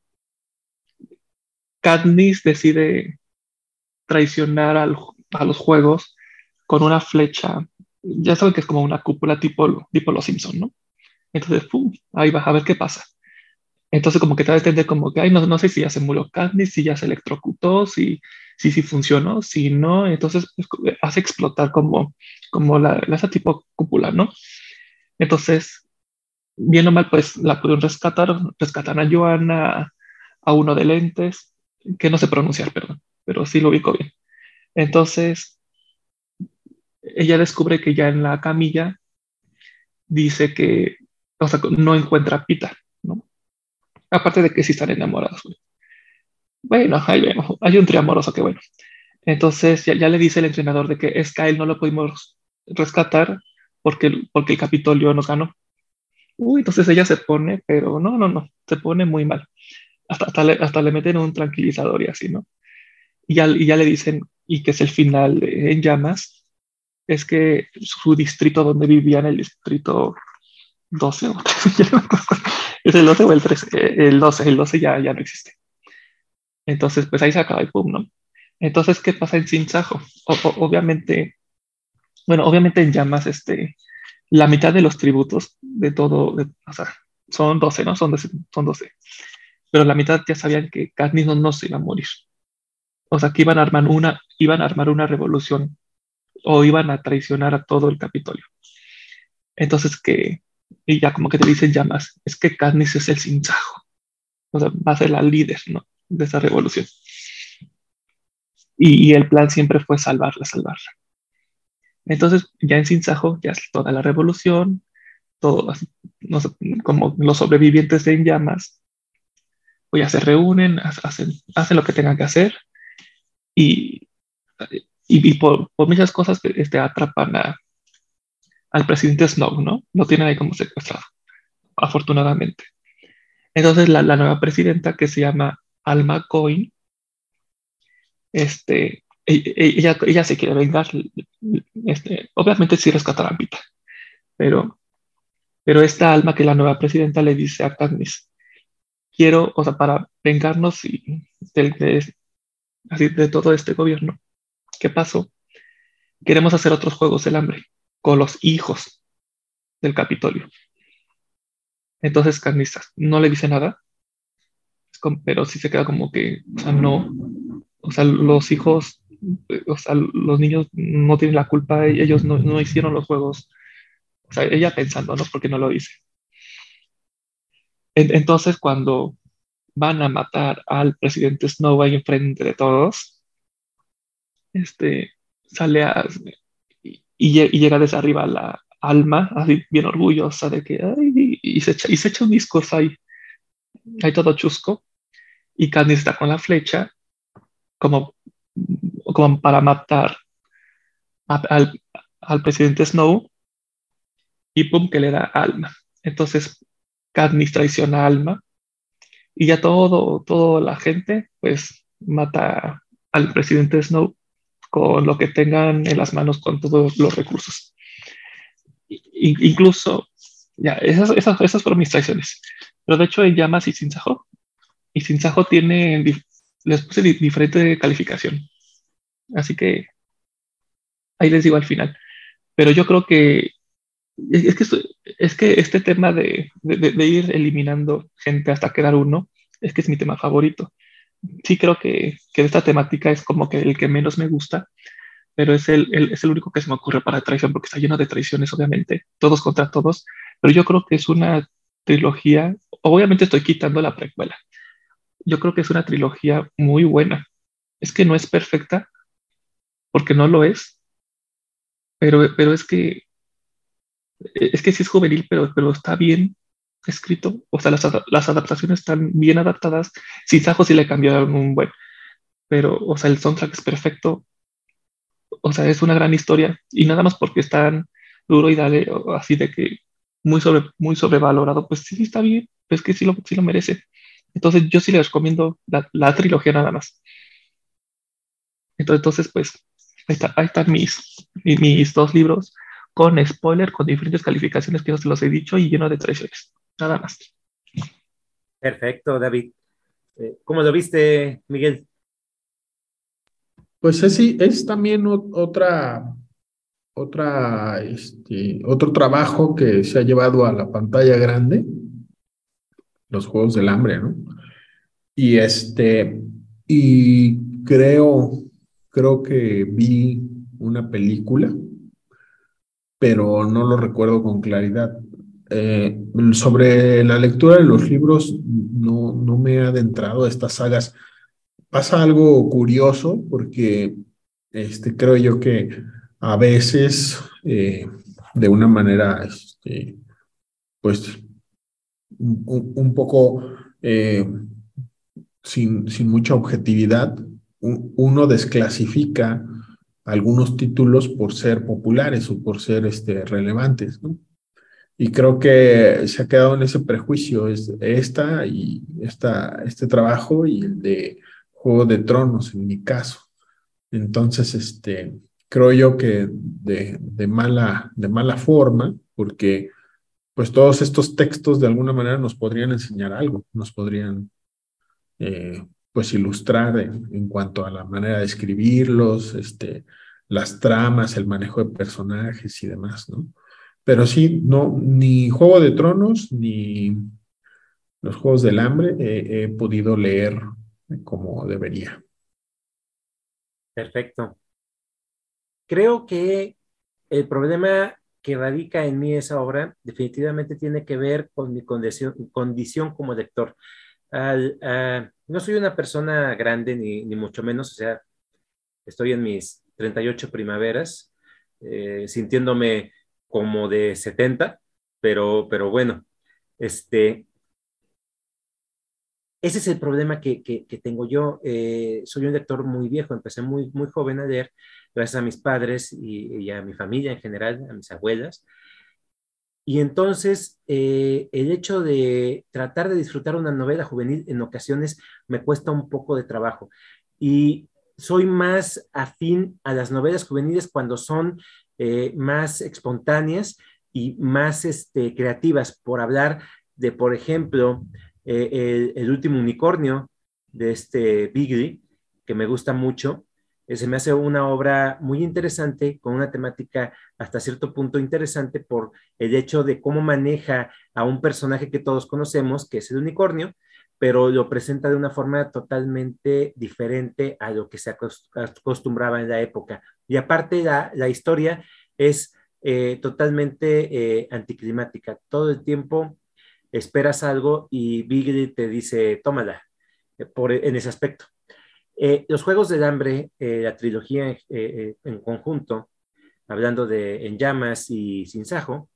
Katniss decide traicionar al- a los juegos con una flecha. Ya saben que es como una cúpula tipo, tipo Los Simpson, ¿no? Entonces, pum, ahí va, a ver qué pasa. Entonces, como que te va a entender como que, ay, no, no sé si ya se murió Katniss, si ya se electrocutó, si, si, si funcionó, si no. Entonces, pues, hace explotar como, como la, la- esa tipo cúpula, ¿no? Entonces, bien o mal, pues la pudieron rescatar, rescatar a Joanna, a uno de lentes, que no sé pronunciar, perdón, pero sí lo ubico bien. Entonces, ella descubre que ya en la camilla dice que, o sea, no encuentra a Pita, ¿no? Aparte de que sí están enamorados, güey. Bueno, ahí vemos, hay un triamoroso que bueno. Entonces ya, ya le dice el entrenador de que es que a él no lo pudimos rescatar porque, el- porque el Capitolio nos ganó. Uy, entonces ella se pone, pero no, no, no, se pone muy mal. Hasta, hasta, le, hasta le meten un tranquilizador y así, ¿no? Y ya, y ya le dicen, y que es el final de- en llamas, es que su distrito donde vivían, el distrito doce o trece, ya no me acuerdo. Es el doce o el trece, eh, el doce, el doce ya, ya no existe. Entonces, pues ahí se acaba el pub, ¿no? Entonces, ¿qué pasa en Sinsajo? O- o- obviamente, bueno, obviamente en llamas, este, la mitad de los tributos de todo, de- o sea, son doce, ¿no? Son doce, son doce. Pero la mitad ya sabían que Katniss no, no se iba a morir. O sea, que iban a armar una, iban a armar una revolución o iban a traicionar a todo el Capitolio. Entonces, que, y ya como que te dicen llamas, es que Katniss es el Sinsajo. O sea, va a ser la líder, ¿no? De esa revolución. Y, y el plan siempre fue salvarla, salvarla. Entonces, ya en Sinsajo, ya es toda la revolución, todos, no sé, como los sobrevivientes de En Llamas, pues ya se reúnen, ha- hacen, hacen lo que tengan que hacer y, y, y por, por muchas cosas este, atrapan a- al presidente Snow, ¿no? Lo tienen ahí como secuestrado, afortunadamente. Entonces, la, la nueva presidenta que se llama Alma Coin, este, e- e- ella, ella se quiere vengar, este, obviamente sí rescatará a Pita, pero, pero esta Alma que es la nueva presidenta le dice a Katniss, quiero, o sea, para vengarnos y del- de, así, de todo este gobierno, ¿qué pasó? Queremos hacer otros Juegos del Hambre con los hijos del Capitolio. Entonces Carnistas no le dice nada, es como- pero sí se queda como que, o sea, no, o sea, los hijos, eh, o sea, los niños no tienen la culpa, ellos no, no hicieron los juegos, o sea, ella pensando, ¿no? Porque no lo dice. En- entonces, cuando van a matar al presidente Snow ahí enfrente de todos, este, sale a, y, y lle- y llega desde arriba la Alma, así bien orgullosa de que, ay, y se echa, y se echa un discurso ahí, ahí todo chusco, y Katniss está con la flecha como, como para matar a- al, al presidente Snow, y pum, que le da Alma. Entonces, Katniss traiciona a Alma, y ya todo, toda la gente, pues, mata al presidente Snow con lo que tengan en las manos, con todos los recursos. I- incluso, ya, esas, esas, esas fueron mis traiciones. Pero de hecho, en Llamas y Sin Sajo, y Sin Sajo tiene, dif- les puse di- diferente calificación. Así que ahí les digo al final. Pero yo creo que es, es que, esto- es que este tema de, de, de- de ir eliminando gente hasta quedar uno, es que es mi tema favorito. Sí creo que, que esta temática es como que el que menos me gusta, pero es el, el- es el único que se me ocurre para traición, porque está lleno de traiciones, obviamente, todos contra todos, pero yo creo que es una trilogía, obviamente estoy quitando la precuela, yo creo que es una trilogía muy buena. Es que no es perfecta, porque no lo es, pero, pero es que, es que sí es juvenil, pero, pero está bien escrito, o sea, las, ada- las adaptaciones están bien adaptadas, sin Sajo sí le cambiaron un buen, pero, o sea, el soundtrack es perfecto, o sea, es una gran historia y nada más porque están duro y dale, o así de que muy sobre, muy sobrevalorado, pues sí, sí está bien, pues que sí lo, sí lo merece. Entonces yo sí les recomiendo la, la trilogía nada más. Entonces, entonces pues ahí, está, ahí están mis, mi- mis dos libros con spoiler, con diferentes calificaciones que no se los he dicho y lleno de traiciones. Nada más. Perfecto, David. Eh, ¿Cómo lo viste, Miguel? Pues es, sí, es también ot- otra, otra, este, otro trabajo que se ha llevado a la pantalla grande, los Juegos del Hambre, ¿no? Y este, y creo, creo que vi una película, pero no lo recuerdo con claridad. Eh, sobre la lectura de los libros, no, no me he adentrado a estas sagas. Pasa algo curioso porque este, creo yo que a veces, eh, de una manera, este, pues, un, un poco eh, sin, sin mucha objetividad, u- uno desclasifica algunos títulos por ser populares o por ser este, relevantes, ¿no? Y creo que se ha quedado en ese prejuicio, es esta y esta, este trabajo y el de Juego de Tronos, en mi caso. Entonces, este, creo yo que de, de mala, de mala forma, porque pues todos estos textos de alguna manera nos podrían enseñar algo, nos podrían eh, pues ilustrar en, en cuanto a la manera de escribirlos, este, las tramas, el manejo de personajes y demás, ¿no? Pero sí, no, ni Juego de Tronos ni los Juegos del Hambre eh, he podido leer como debería. Perfecto. Creo que el problema que radica en mí esa obra definitivamente tiene que ver con mi condición, condición como lector. Al, ah, no soy una persona grande ni, ni mucho menos, o sea, estoy en mis treinta y ocho primaveras, eh, sintiéndome como de setenta, pero, pero bueno, este, ese es el problema que, que, que tengo yo. Eh, soy un lector muy viejo, empecé muy, muy joven a leer, gracias a mis padres y, y a mi familia en general, a mis abuelas. Y entonces, eh, el hecho de tratar de disfrutar una novela juvenil en ocasiones me cuesta un poco de trabajo. Y soy más afín a las novelas juveniles cuando son eh, más espontáneas y más este, creativas, por hablar de, por ejemplo, eh, el, el último unicornio de este Bigly, que me gusta mucho. Eh, se me hace una obra muy interesante, con una temática hasta cierto punto interesante por el hecho de cómo maneja a un personaje que todos conocemos, que es el unicornio, pero lo presenta de una forma totalmente diferente a lo que se acostumbraba en la época. Y aparte la, la historia es eh, totalmente eh, anticlimática. Todo el tiempo esperas algo y Bigly te dice, tómala, eh, por, en ese aspecto. Eh, los Juegos del Hambre, eh, la trilogía eh, eh, en conjunto, hablando de En Llamas y Sin Sajo,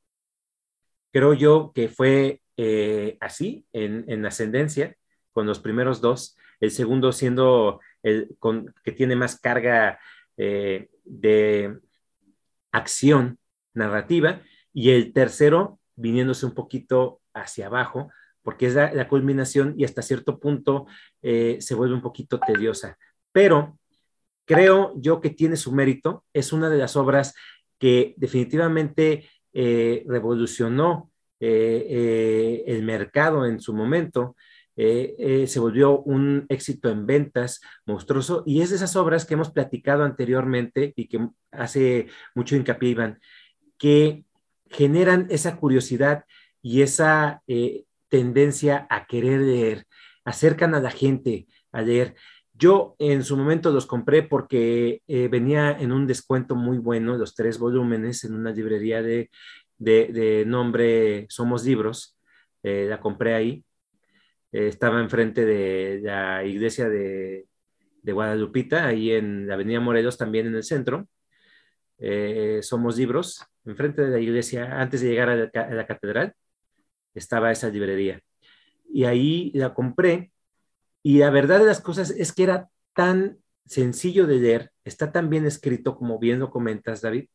creo yo que fue eh, así, en, en ascendencia, con los primeros dos, el segundo siendo el con, que tiene más carga eh, de acción narrativa, y el tercero viniéndose un poquito hacia abajo, porque es la, la culminación y hasta cierto punto eh, se vuelve un poquito tediosa. Pero creo yo que tiene su mérito, es una de las obras que definitivamente eh, revolucionó eh, eh, el mercado en su momento, eh, eh, se volvió un éxito en ventas monstruoso, y es de esas obras que hemos platicado anteriormente y que hace mucho hincapié Iván, que generan esa curiosidad y esa eh, tendencia a querer leer, acercan a la gente a leer. Yo en su momento los compré porque eh, venía en un descuento muy bueno, los tres volúmenes, en una librería de, de, de nombre Somos Libros. Eh, la compré ahí. Eh, estaba enfrente de la iglesia de, de Guadalupita, ahí en la Avenida Morelos, también en el centro. Eh, Somos Libros, enfrente de la iglesia, antes de llegar a la, a la catedral, estaba esa librería. Y ahí la compré. Y la verdad de las cosas es que era tan sencillo de leer, está tan bien escrito, como bien lo comentas, David,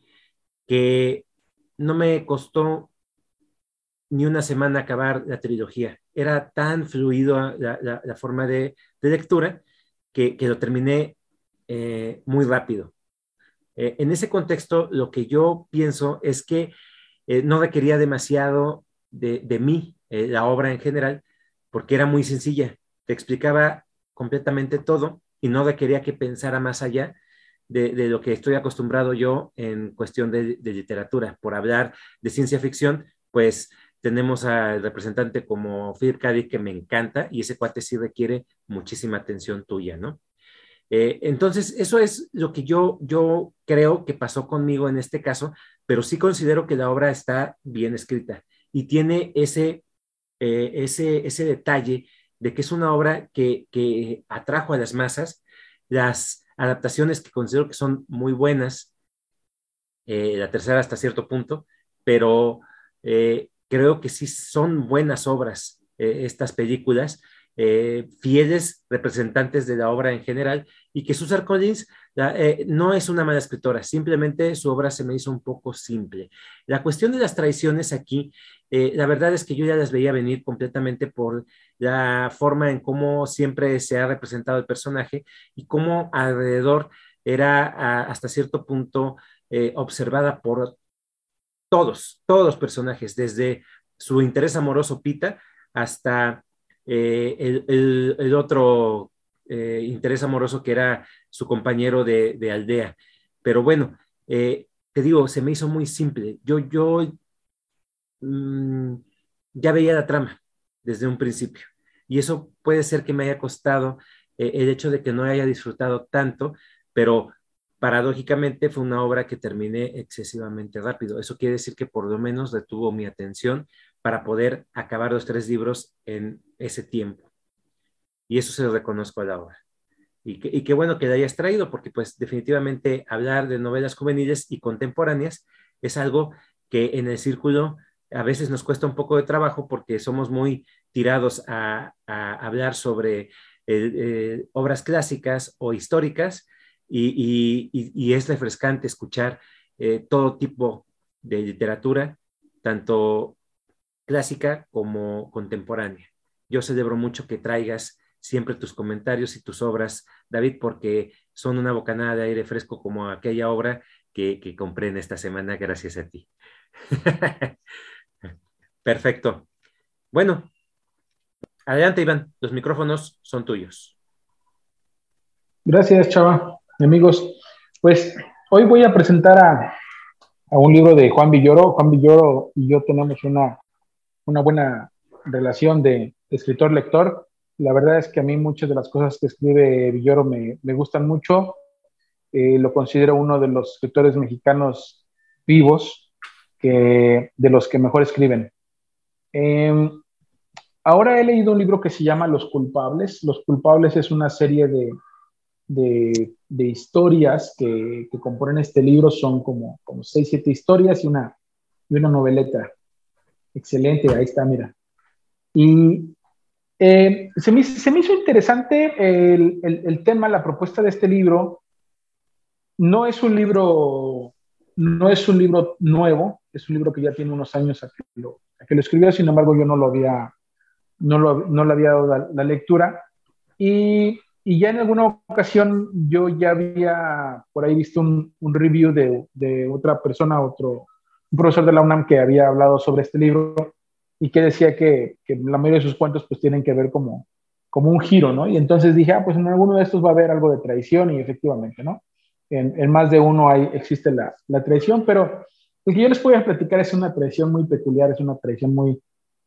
que no me costó ni una semana acabar la trilogía. Era tan fluido la, la, la forma de, de lectura que, que, lo terminé eh, muy rápido. Eh, en ese contexto, lo que yo pienso es que eh, no requería demasiado de, de mí, eh, la obra en general, porque era muy sencilla. Te explicaba completamente todo y no requería que pensara más allá de, de lo que estoy acostumbrado yo en cuestión de, de literatura. Por hablar de ciencia ficción, pues tenemos al representante como Philip K. Dick, que me encanta, y ese cuate sí requiere muchísima atención tuya, ¿no? Eh, entonces, eso es lo que yo, yo creo que pasó conmigo en este caso, pero sí considero que la obra está bien escrita y tiene ese, eh, ese, ese detalle de que es una obra que, que atrajo a las masas. Las adaptaciones que considero que son muy buenas, eh, la tercera hasta cierto punto, pero eh, creo que sí son buenas obras eh, estas películas, eh, fieles representantes de la obra en general, y que Susan Collins la, eh, no es una mala escritora, simplemente su obra se me hizo un poco simple. La cuestión de las traiciones aquí, eh, la verdad es que yo ya las veía venir completamente por la forma en cómo siempre se ha representado el personaje y cómo alrededor era a, hasta cierto punto eh, observada por todos, todos los personajes, desde su interés amoroso Pita hasta eh, el, el, el, otro eh, interés amoroso que era su compañero de, de aldea. Pero bueno, eh, te digo, se me hizo muy simple. Yo, yo mmm, ya veía la trama desde un principio, y eso puede ser que me haya costado eh, el hecho de que no haya disfrutado tanto, pero paradójicamente fue una obra que terminé excesivamente rápido. Eso quiere decir que por lo menos retuvo mi atención para poder acabar los tres libros en ese tiempo. Y eso se lo reconozco a la obra. Y, que, y qué bueno que la hayas traído, porque pues definitivamente hablar de novelas juveniles y contemporáneas es algo que en el círculo a veces nos cuesta un poco de trabajo, porque somos muy tirados a, a hablar sobre eh, eh, obras clásicas o históricas, y, y, y es refrescante escuchar eh, todo tipo de literatura, tanto clásica como contemporánea. Yo celebro mucho que traigas siempre tus comentarios y tus obras, David, porque son una bocanada de aire fresco, como aquella obra que, que compré en esta semana gracias a ti. Perfecto. Bueno, Adelante, Iván, los micrófonos son tuyos. Gracias, Chava. Amigos, pues hoy voy a presentar a, a un libro de Juan Villoro. Juan Villoro y yo tenemos una, una buena relación de, de escritor-lector. La verdad es que a mí muchas de las cosas que escribe Villoro me, me gustan mucho. Eh, lo considero uno de los escritores mexicanos vivos, que, de los que mejor escriben. Eh, ahora he leído un libro que se llama Los Culpables. Los Culpables es una serie de, de, de historias que, que, componen este libro. Son como, como seis, siete historias y una, y una noveleta. Excelente, ahí está, mira. Y eh, se, me, se, me, hizo interesante el, el, el tema, la propuesta de este libro. No es un libro, no es un libro nuevo, es un libro que ya tiene unos años a que lo, a que lo escribió. Sin embargo, yo no lo había, no, lo, no le había dado la, la lectura. Y, y ya en alguna ocasión yo ya había por ahí visto un, un review de, de otra persona, otro, un profesor de la UNAM que había hablado sobre este libro y que decía que, que la mayoría de sus cuentos pues tienen que ver como, como un giro, ¿no? Y entonces dije, ah, pues en alguno de estos va a haber algo de traición, y efectivamente, ¿no? En, en más de uno hay, existe la, la traición, pero lo que yo les voy a platicar es una traición muy peculiar, es una traición muy,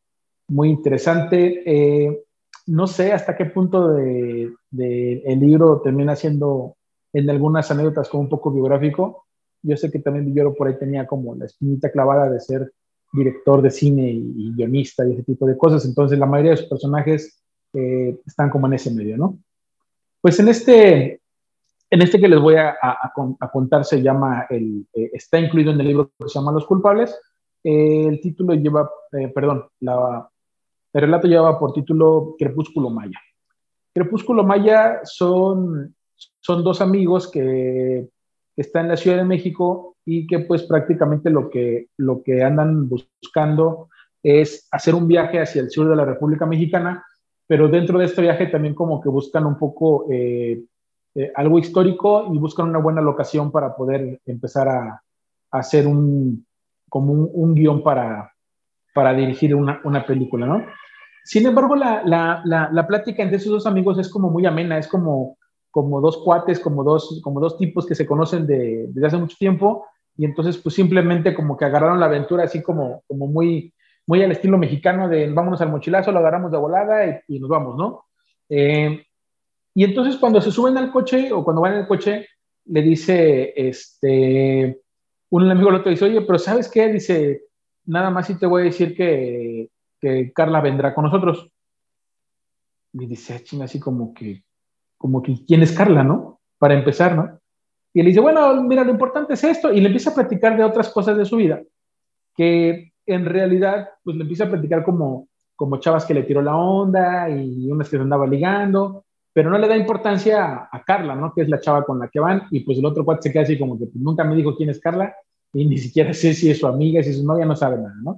muy interesante. Eh, no sé hasta qué punto de, de el libro termina siendo en algunas anécdotas como un poco biográfico. Yo sé que también Villoro por ahí tenía como la espinita clavada de ser director de cine y, y guionista y ese tipo de cosas, entonces la mayoría de sus personajes eh, están como en ese medio, ¿no? Pues en este, en este que les voy a, a, a contar se llama, el, eh, está incluido en el libro que se llama Los Culpables. Eh, el título lleva, eh, perdón, la, el relato lleva por título Crepúsculo Maya. Crepúsculo Maya son, son dos amigos que, que están en la Ciudad de México y que pues prácticamente lo que, lo que andan buscando es hacer un viaje hacia el sur de la República Mexicana, pero dentro de este viaje también como que buscan un poco eh, eh, algo histórico y buscan una buena locación para poder empezar a, a hacer un, como un, un guión para, para dirigir una, una película, ¿no? Sin embargo, la, la, la, la plática entre esos dos amigos es como muy amena, es como, como dos cuates, como dos, como dos tipos que se conocen de, desde hace mucho tiempo, y entonces pues simplemente como que agarraron la aventura así como, como muy, muy al estilo mexicano de vámonos al mochilazo, lo agarramos de volada y, y nos vamos, ¿no? Eh, y entonces cuando se suben al coche o cuando van en el coche, le dice, este, un amigo al otro dice, oye, pero ¿sabes qué? Dice, nada más sí te voy a decir que, que Carla vendrá con nosotros. Y dice, china, así como que, como que, ¿quién es Carla, no? Para empezar, ¿no? Y él dice, bueno, mira, lo importante es esto, y le empieza a platicar de otras cosas de su vida, que en realidad, pues le empieza a platicar como, como chavas que le tiró la onda y unas que se andaba ligando, pero no le da importancia a, a Carla, ¿no? Que es la chava con la que van, y pues el otro cuate se queda así como que pues, nunca me dijo quién es Carla, y ni siquiera sé si es su amiga, si es su novia, no sabe nada, ¿no?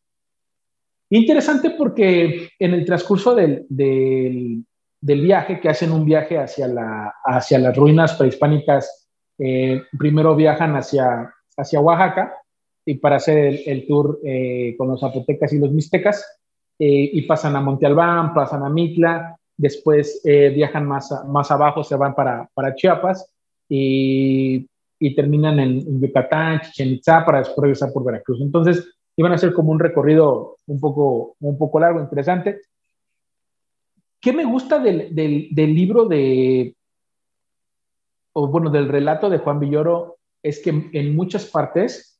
Interesante porque en el transcurso del, del, del viaje, que hacen un viaje hacia, la, hacia las ruinas prehispánicas, eh, primero viajan hacia, hacia Oaxaca y para hacer el, el tour eh, con los zapotecas y los mixtecas, eh, y pasan a Monte Albán, pasan a Mitla, después eh, viajan más, a, más abajo, se van para, para Chiapas y, y terminan en, en Yucatán, Chichen Itzá, para después regresar por Veracruz. Entonces, iban a ser como un recorrido un poco, un poco largo, interesante. ¿Qué me gusta del, del, del libro de, o bueno, del relato de Juan Villoro? Es que en muchas partes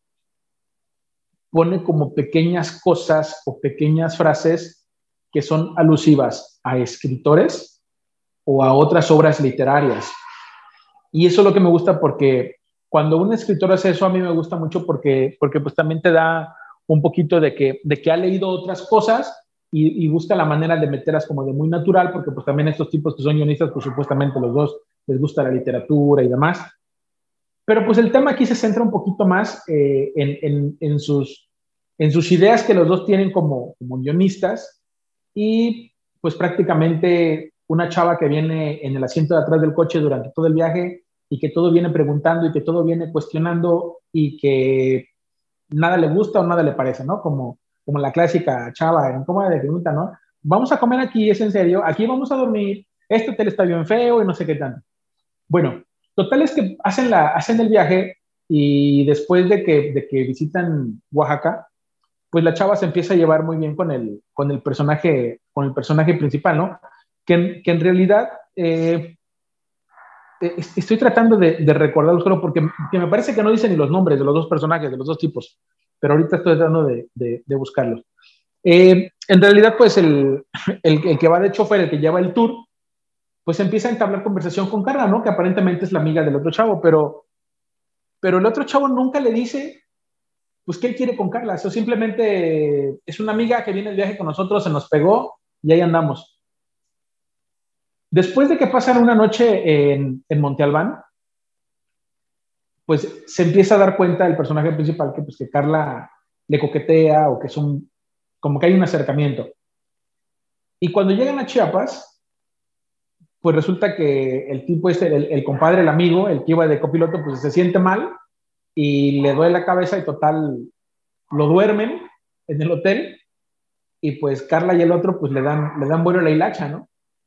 pone como pequeñas cosas o pequeñas frases que son alusivas a escritores o a otras obras literarias. Y eso es lo que me gusta, porque cuando un escritor hace eso, a mí me gusta mucho porque, porque pues también te da un poquito de que, de que ha leído otras cosas y, y busca la manera de meterlas como de muy natural, porque pues también estos tipos que son guionistas, pues supuestamente los dos les gusta la literatura y demás. Pero pues el tema aquí se centra un poquito más eh, en, en, en, sus, en sus ideas que los dos tienen como, como guionistas, y pues prácticamente una chava que viene en el asiento de atrás del coche durante todo el viaje y que todo viene preguntando y que todo viene cuestionando y que nada le gusta o nada le parece, ¿no? Como, como la clásica chava incómoda de pregunta, ¿no? vamos a comer aquí, es en serio, aquí vamos a dormir, este hotel está bien feo y no sé qué tanto. Bueno, total es que hacen, la, hacen el viaje y después de que, de que visitan Oaxaca, pues la chava se empieza a llevar muy bien con el, con el, personaje, con el personaje principal, ¿no? Que, que en realidad eh, estoy tratando de, de recordarlo solo porque me parece que no dicen ni los nombres de los dos personajes, de los dos tipos, pero ahorita estoy tratando de, de, de buscarlos. Eh, en realidad, pues el, el, el que va de chofer, el que lleva el tour, pues empieza a entablar conversación con Carla, ¿no? Que aparentemente es la amiga del otro chavo, pero, pero el otro chavo nunca le dice, pues, qué él quiere con Carla. Eso simplemente es una amiga que viene de viaje con nosotros, se nos pegó y ahí andamos. Después de que pasan una noche en, en Monte Albán, pues se empieza a dar cuenta el personaje principal que, pues, que Carla le coquetea o que es un, como que hay un acercamiento. Y cuando llegan a Chiapas, pues resulta que el tipo este, el, el compadre, el amigo, el que iba de copiloto, pues se siente mal y le duele la cabeza y total lo duermen en el hotel y pues Carla y el otro pues le dan, le dan vuelo a la hilacha, ¿no?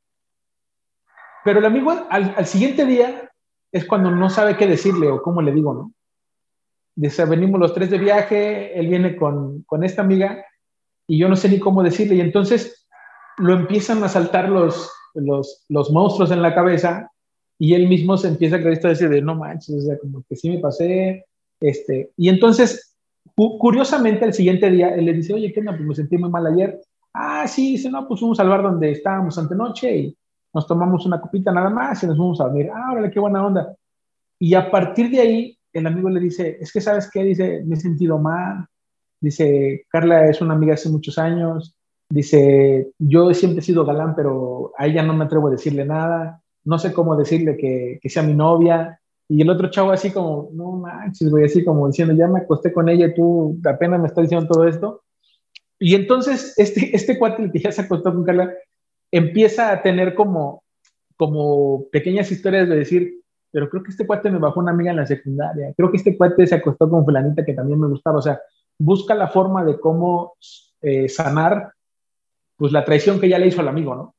Pero el amigo al, al siguiente día es cuando no sabe qué decirle o cómo le digo, ¿no? Dice, venimos los tres de viaje, él viene con, con esta amiga y yo no sé ni cómo decirle y entonces lo empiezan a saltar los, los, los monstruos en la cabeza y él mismo se empieza a creer esto de no manches, o sea, como que sí me pasé, este, y entonces, cu curiosamente, el siguiente día, él le dice, oye, ¿qué onda? Pues me sentí muy mal ayer. Ah, sí, dice, no, pues fuimos al bar donde estábamos antenoche y nos tomamos una copita nada más y nos fuimos a dormir. Ah, órale, qué buena onda. Y a partir de ahí, el amigo le dice, es que, ¿sabes qué? Dice, me he sentido mal. Dice, Carla es una amiga hace muchos años. Dice, yo siempre he sido galán, pero a ella no me atrevo a decirle nada. No sé cómo decirle que, que sea mi novia. Y el otro chavo así como, no manches, güey, así como diciendo, ya me acosté con ella y tú apenas me estás diciendo todo esto. Y entonces este, este cuate, el que ya se acostó con Carla, empieza a tener como, como pequeñas historias de decir, pero creo que este cuate me bajó una amiga en la secundaria, creo que este cuate se acostó con fulanita que también me gustaba, o sea, busca la forma de cómo eh, sanar pues la traición que ya le hizo al amigo, ¿no?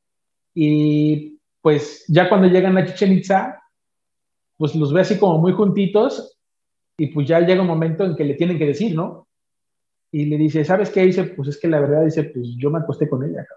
Y pues ya cuando llegan a Chichen Itza, pues los ve así como muy juntitos y pues ya llega un momento en que le tienen que decir, ¿no? Y le dice, ¿sabes qué? Dice, pues es que la verdad, dice, pues yo me acosté con ella.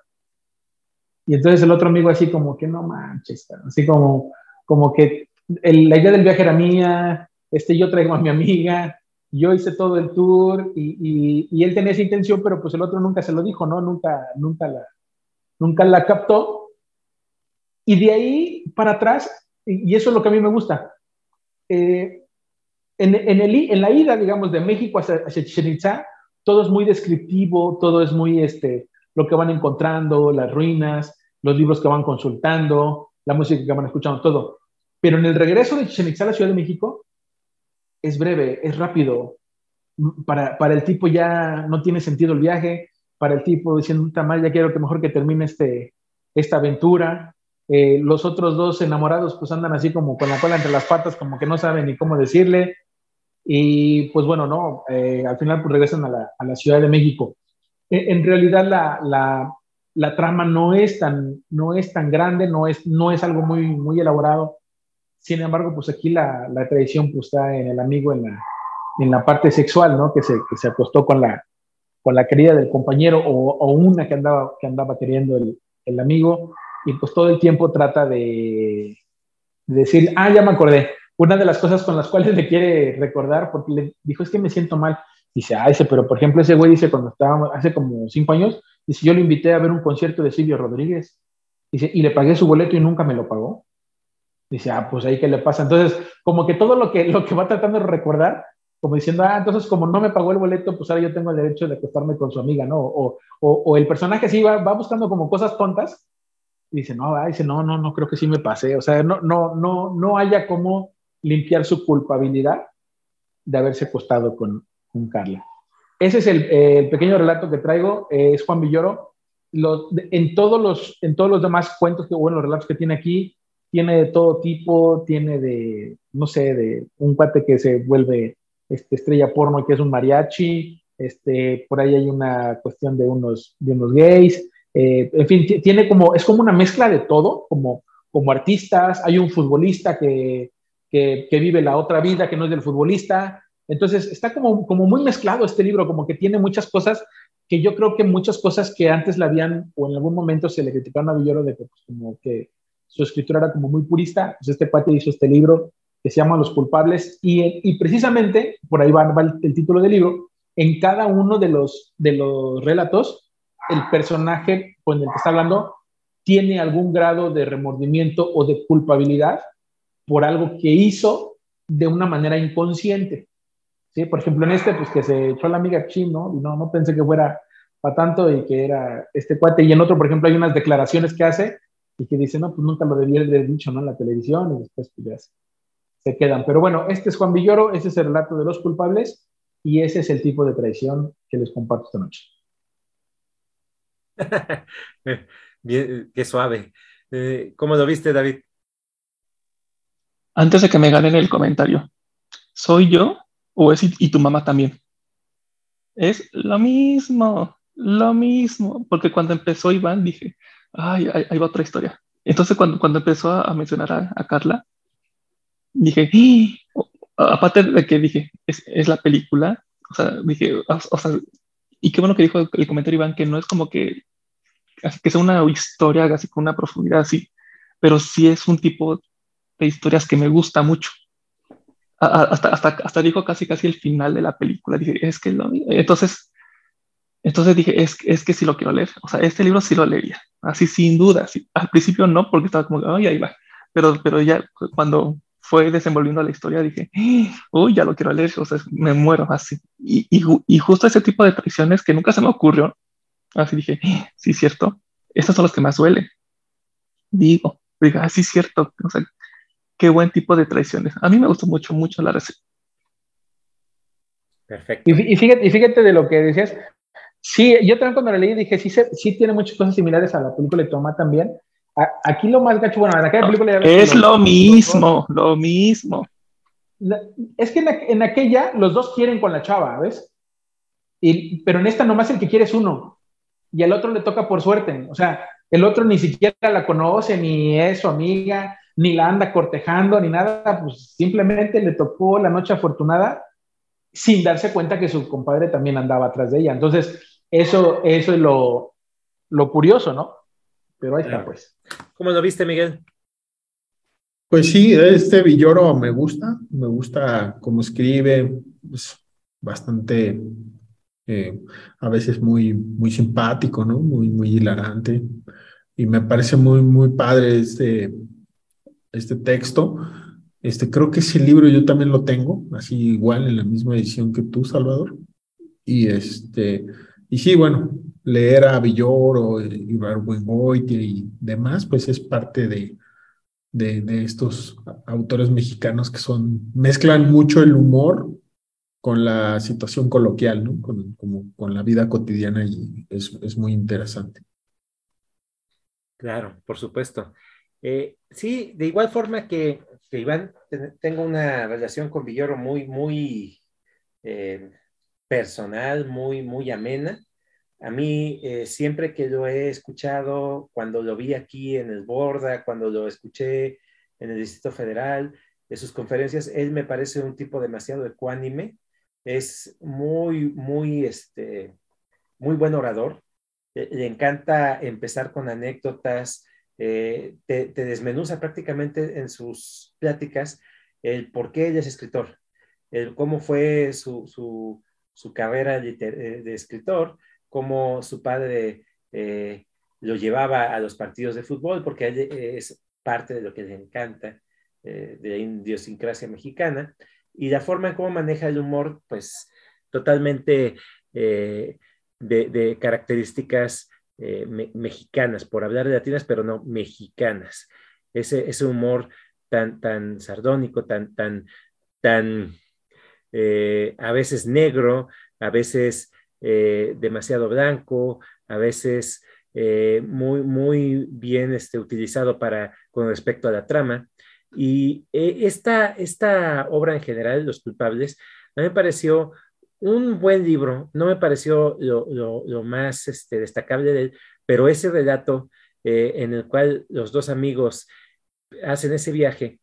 Y entonces el otro amigo así como que no manches, así como, como que el, la idea del viaje era mía, este, yo traigo a mi amiga, yo hice todo el tour y, y, y él tenía esa intención, pero pues el otro nunca se lo dijo, ¿no? Nunca, nunca, la, nunca la captó. Y de ahí para atrás, y, y eso es lo que a mí me gusta, eh, en, en, el, en la ida, digamos, de México hacia, hacia Chichen Itza, todo es muy descriptivo, todo es muy, este, lo que van encontrando, las ruinas, los libros que van consultando, la música que van escuchando, todo. Pero en el regreso de Chichen Itza a la Ciudad de México, es breve, es rápido. Para, para el tipo ya no tiene sentido el viaje, para el tipo diciendo, mal, ya quiero que mejor que termine este, esta aventura. Eh, los otros dos enamorados pues andan así como con la cola entre las patas, como que no saben ni cómo decirle. Y pues bueno, no, eh, al final pues regresan a la, a la Ciudad de México. En, en realidad la, la, la, trama no es tan, no es tan grande, no es, no es algo muy, muy elaborado. Sin embargo, pues aquí la, la tradición pues está en el amigo, en la, en la parte sexual, ¿no? Que se, que se acostó con la, con la querida del compañero o, o una que andaba, que andaba queriendo el, el amigo y pues todo el tiempo trata de, de decir, ah, ya me acordé, una de las cosas con las cuales le quiere recordar, porque le dijo, es que me siento mal. Dice, ah, ese, pero por ejemplo, ese güey dice, cuando estábamos, hace como cinco años, dice, yo lo invité a ver un concierto de Silvio Rodríguez. Dice, y le pagué su boleto y nunca me lo pagó. Dice, ah, pues ahí qué le pasa. Entonces, como que todo lo que, lo que va tratando de recordar, como diciendo, ah, entonces como no me pagó el boleto, pues ahora yo tengo el derecho de acostarme con su amiga, ¿no? O, o, o el personaje sí va, va buscando como cosas tontas, y dice, no, ah, dice, no, no, no creo que sí me pasé. O sea, no, no, no, no haya cómo limpiar su culpabilidad de haberse acostado con, con Carla. Ese es el, eh, el pequeño relato que traigo, eh, es Juan Villoro. Los, en, todos los, en todos los demás cuentos, que, bueno, los relatos que tiene aquí, tiene de todo tipo, tiene de, no sé, de un cuate que se vuelve este, estrella porno, que es un mariachi, este, por ahí hay una cuestión de unos, de unos gays, Eh, en fin, tiene como, es como una mezcla de todo, como, como artistas, hay un futbolista que, que, que vive la otra vida que no es del futbolista, entonces está como, como muy mezclado este libro, como que tiene muchas cosas que yo creo que muchas cosas que antes la habían, o en algún momento se le criticaron a Villoro de que pues, como que su escritura era como muy purista, pues este cuate hizo este libro que se llama Los Culpables, y, y precisamente, por ahí va, va el, el, título del libro, en cada uno de los, de los relatos, el personaje con el que está hablando tiene algún grado de remordimiento o de culpabilidad por algo que hizo de una manera inconsciente. ¿Sí? Por ejemplo, en este, pues que se echó a la amiga Chin, ¿no? Y no, no pensé que fuera para tanto y que era este cuate. Y en otro, por ejemplo, hay unas declaraciones que hace y que dice, no, pues nunca lo debía haber dicho, ¿no? En la televisión y después pues ya se, se quedan. Pero bueno, este es Juan Villoro, ese es el relato de Los Culpables y ese es el tipo de traición que les comparto esta noche. Bien, qué suave. Eh, ¿Cómo lo viste, David? Antes de que me ganen el comentario, ¿soy yo o es y, y tu mamá también? Es lo mismo, lo mismo, porque cuando empezó Iván dije, ay, ahí, ahí va otra historia. Entonces cuando, cuando empezó a, a mencionar a, a Carla, dije, ¡ah! Aparte de que dije, es, es la película, o sea, dije, o, o sea, y qué bueno que dijo el, el comentario Iván, que no es como que, que sea una historia así con una profundidad así, pero sí es un tipo de historias que me gusta mucho. A, a, hasta, hasta, hasta dijo casi casi el final de la película. Dije, es que lo, entonces, entonces dije, es, es que sí lo quiero leer. O sea, este libro sí lo leería. Así sin duda. Sí. Al principio no, porque estaba como, ay, ahí va. Pero, pero ya cuando fue desenvolviendo la historia dije, uy, ya lo quiero leer. O sea, me muero así. Y, y, y justo ese tipo de traiciones que nunca se me ocurrió. Así dije, sí, cierto. Estas son las que más duelen. Digo, digo, ah, sí, cierto. O sea, qué buen tipo de traiciones. A mí me gustó mucho, mucho la receta. Perfecto. Y, y, fíjate, y fíjate de lo que decías. Sí, yo también cuando la leí dije, sí, se, sí tiene muchas cosas similares a la película de Toma también. A, aquí lo más gacho, bueno, en aquella película ya ves que Es los, lo los dos, mismo, lo mismo. la, es que en, en, aquella los dos quieren con la chava, ¿ves? Y, pero en esta nomás el que quiere es uno y al otro le toca por suerte. O sea, el otro ni siquiera la conoce, ni es su amiga, ni la anda cortejando, ni nada, pues simplemente le tocó la noche afortunada sin darse cuenta que su compadre también andaba atrás de ella. Entonces, eso, eso es lo, lo curioso, ¿no? Pero ahí está, pues. ¿Cómo lo viste, Miguel? Pues sí, este Villoro me gusta, me gusta cómo escribe, es bastante, eh, a veces muy, muy simpático, ¿no? Muy, muy hilarante. Y me parece muy, muy padre este, este texto. Este, creo que ese libro yo también lo tengo, así igual en la misma edición que tú, Salvador. Y este, y sí, bueno, leer a Villoro, Ibargüengoitia y demás, pues es parte de, de, de estos autores mexicanos que son, mezclan mucho el humor con la situación coloquial, ¿no? Con, como, con la vida cotidiana y es, es muy interesante. Claro, por supuesto. Eh, sí, de igual forma que, que Iván, te, tengo una relación con Villoro muy, muy eh, personal, muy, muy amena. A mí, eh, siempre que lo he escuchado, cuando lo vi aquí en el Borda, cuando lo escuché en el Distrito Federal, de sus conferencias, él me parece un tipo demasiado ecuánime, es muy, muy, este, muy buen orador, le, le encanta empezar con anécdotas, eh, te, te desmenuza prácticamente en sus pláticas el por qué él es escritor, el cómo fue su, su, su carrera de, de escritor, cómo su padre eh, lo llevaba a los partidos de fútbol, porque a él es parte de lo que le encanta, eh, de la idiosincrasia mexicana, y la forma en cómo maneja el humor, pues totalmente eh, de, de, características eh, me, mexicanas, por hablar de latinas, pero no mexicanas. Ese, ese humor tan, tan sardónico, tan, tan, tan eh, a veces negro, a veces eh, demasiado blanco, a veces eh, muy, muy bien este, utilizado para, con respecto a la trama. Y eh, esta, esta obra en general, Los Culpables, a mí me pareció un buen libro, no me pareció lo, lo, lo más este, destacable de él, pero ese relato eh, en el cual los dos amigos hacen ese viaje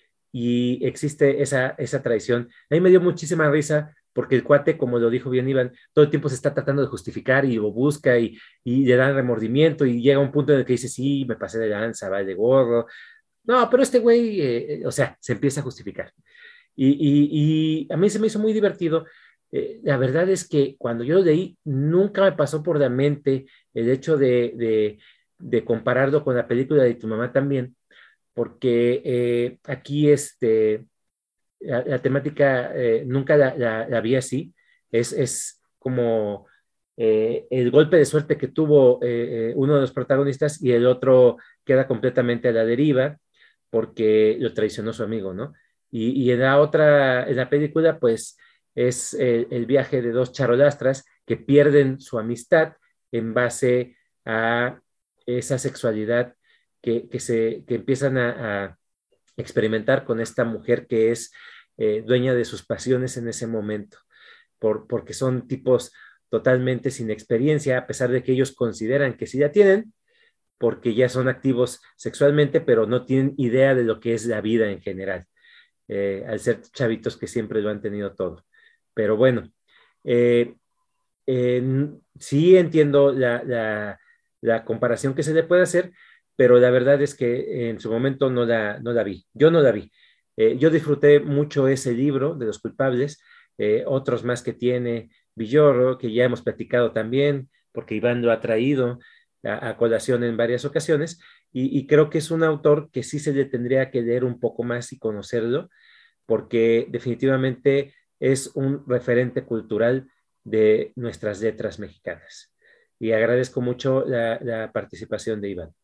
y existe esa, esa traición, a mí me dio muchísima risa porque el cuate, como lo dijo bien Iván, todo el tiempo se está tratando de justificar y lo busca y, y le da remordimiento y llega a un punto en el que dice, sí, me pasé de lanza, vale gorro. No, pero este güey, eh, o sea, se empieza a justificar. Y, y, y a mí se me hizo muy divertido. Eh, la verdad es que cuando yo lo leí, nunca me pasó por la mente el hecho de, de, de compararlo con la película de Tu Mamá También, porque eh, aquí este, la, la temática eh, nunca la, la, la, vi así. Es, es como eh, el golpe de suerte que tuvo eh, uno de los protagonistas y el otro queda completamente a la deriva porque lo traicionó su amigo, ¿no? Y, y en la otra, en la película, pues es el, el viaje de dos charolastras que pierden su amistad en base a esa sexualidad que, que, se, que empiezan a, a experimentar con esta mujer que es eh, dueña de sus pasiones en ese momento, por, porque son tipos totalmente sin experiencia, a pesar de que ellos consideran que sí la tienen, porque ya son activos sexualmente, pero no tienen idea de lo que es la vida en general, eh, al ser chavitos que siempre lo han tenido todo. Pero bueno, eh, eh, sí entiendo la, la, la comparación que se le puede hacer, pero la verdad es que en su momento no la, no la vi. Yo no la vi. Eh, yo disfruté mucho ese libro de Los Culpables, eh, otros más que tiene Villoro, que ya hemos platicado también, porque Iván lo ha traído a, a colación en varias ocasiones, y, y creo que es un autor que sí se le tendría que leer un poco más y conocerlo, porque definitivamente es un referente cultural de nuestras letras mexicanas. Y agradezco mucho la, la participación de Iván.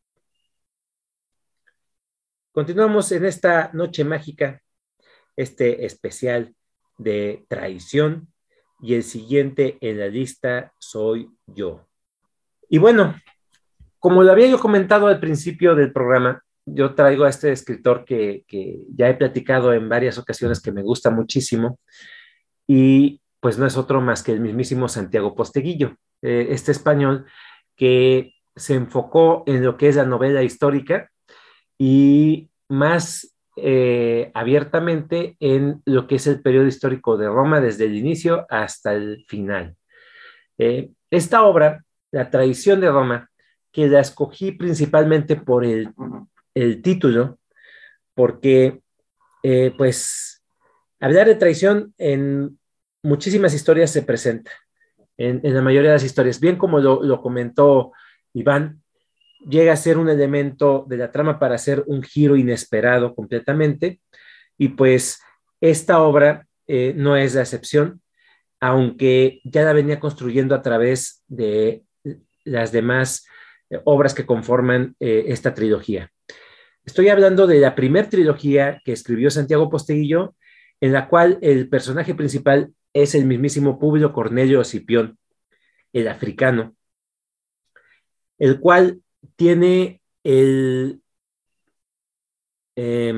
Continuamos en esta noche mágica, este especial de traición, y el siguiente en la lista soy yo. Y bueno, como lo había yo comentado al principio del programa, yo traigo a este escritor que, que ya he platicado en varias ocasiones que me gusta muchísimo, y pues no es otro más que el mismísimo Santiago Posteguillo, eh, este español que se enfocó en lo que es la novela histórica y más eh, abiertamente en lo que es el periodo histórico de Roma desde el inicio hasta el final. Eh, esta obra, La traición de Roma, que la escogí principalmente por el, el título, porque eh, pues hablar de traición en muchísimas historias se presenta, en, en la mayoría de las historias, bien como lo, lo comentó Iván, llega a ser un elemento de la trama para hacer un giro inesperado completamente, y pues esta obra eh, no es la excepción, aunque ya la venía construyendo a través de las demás eh, obras que conforman eh, esta trilogía. Estoy hablando de la primer trilogía que escribió Santiago Posteguillo, en la cual el personaje principal es el mismísimo Publio Cornelio Escipión, el africano, el cual tiene el, eh,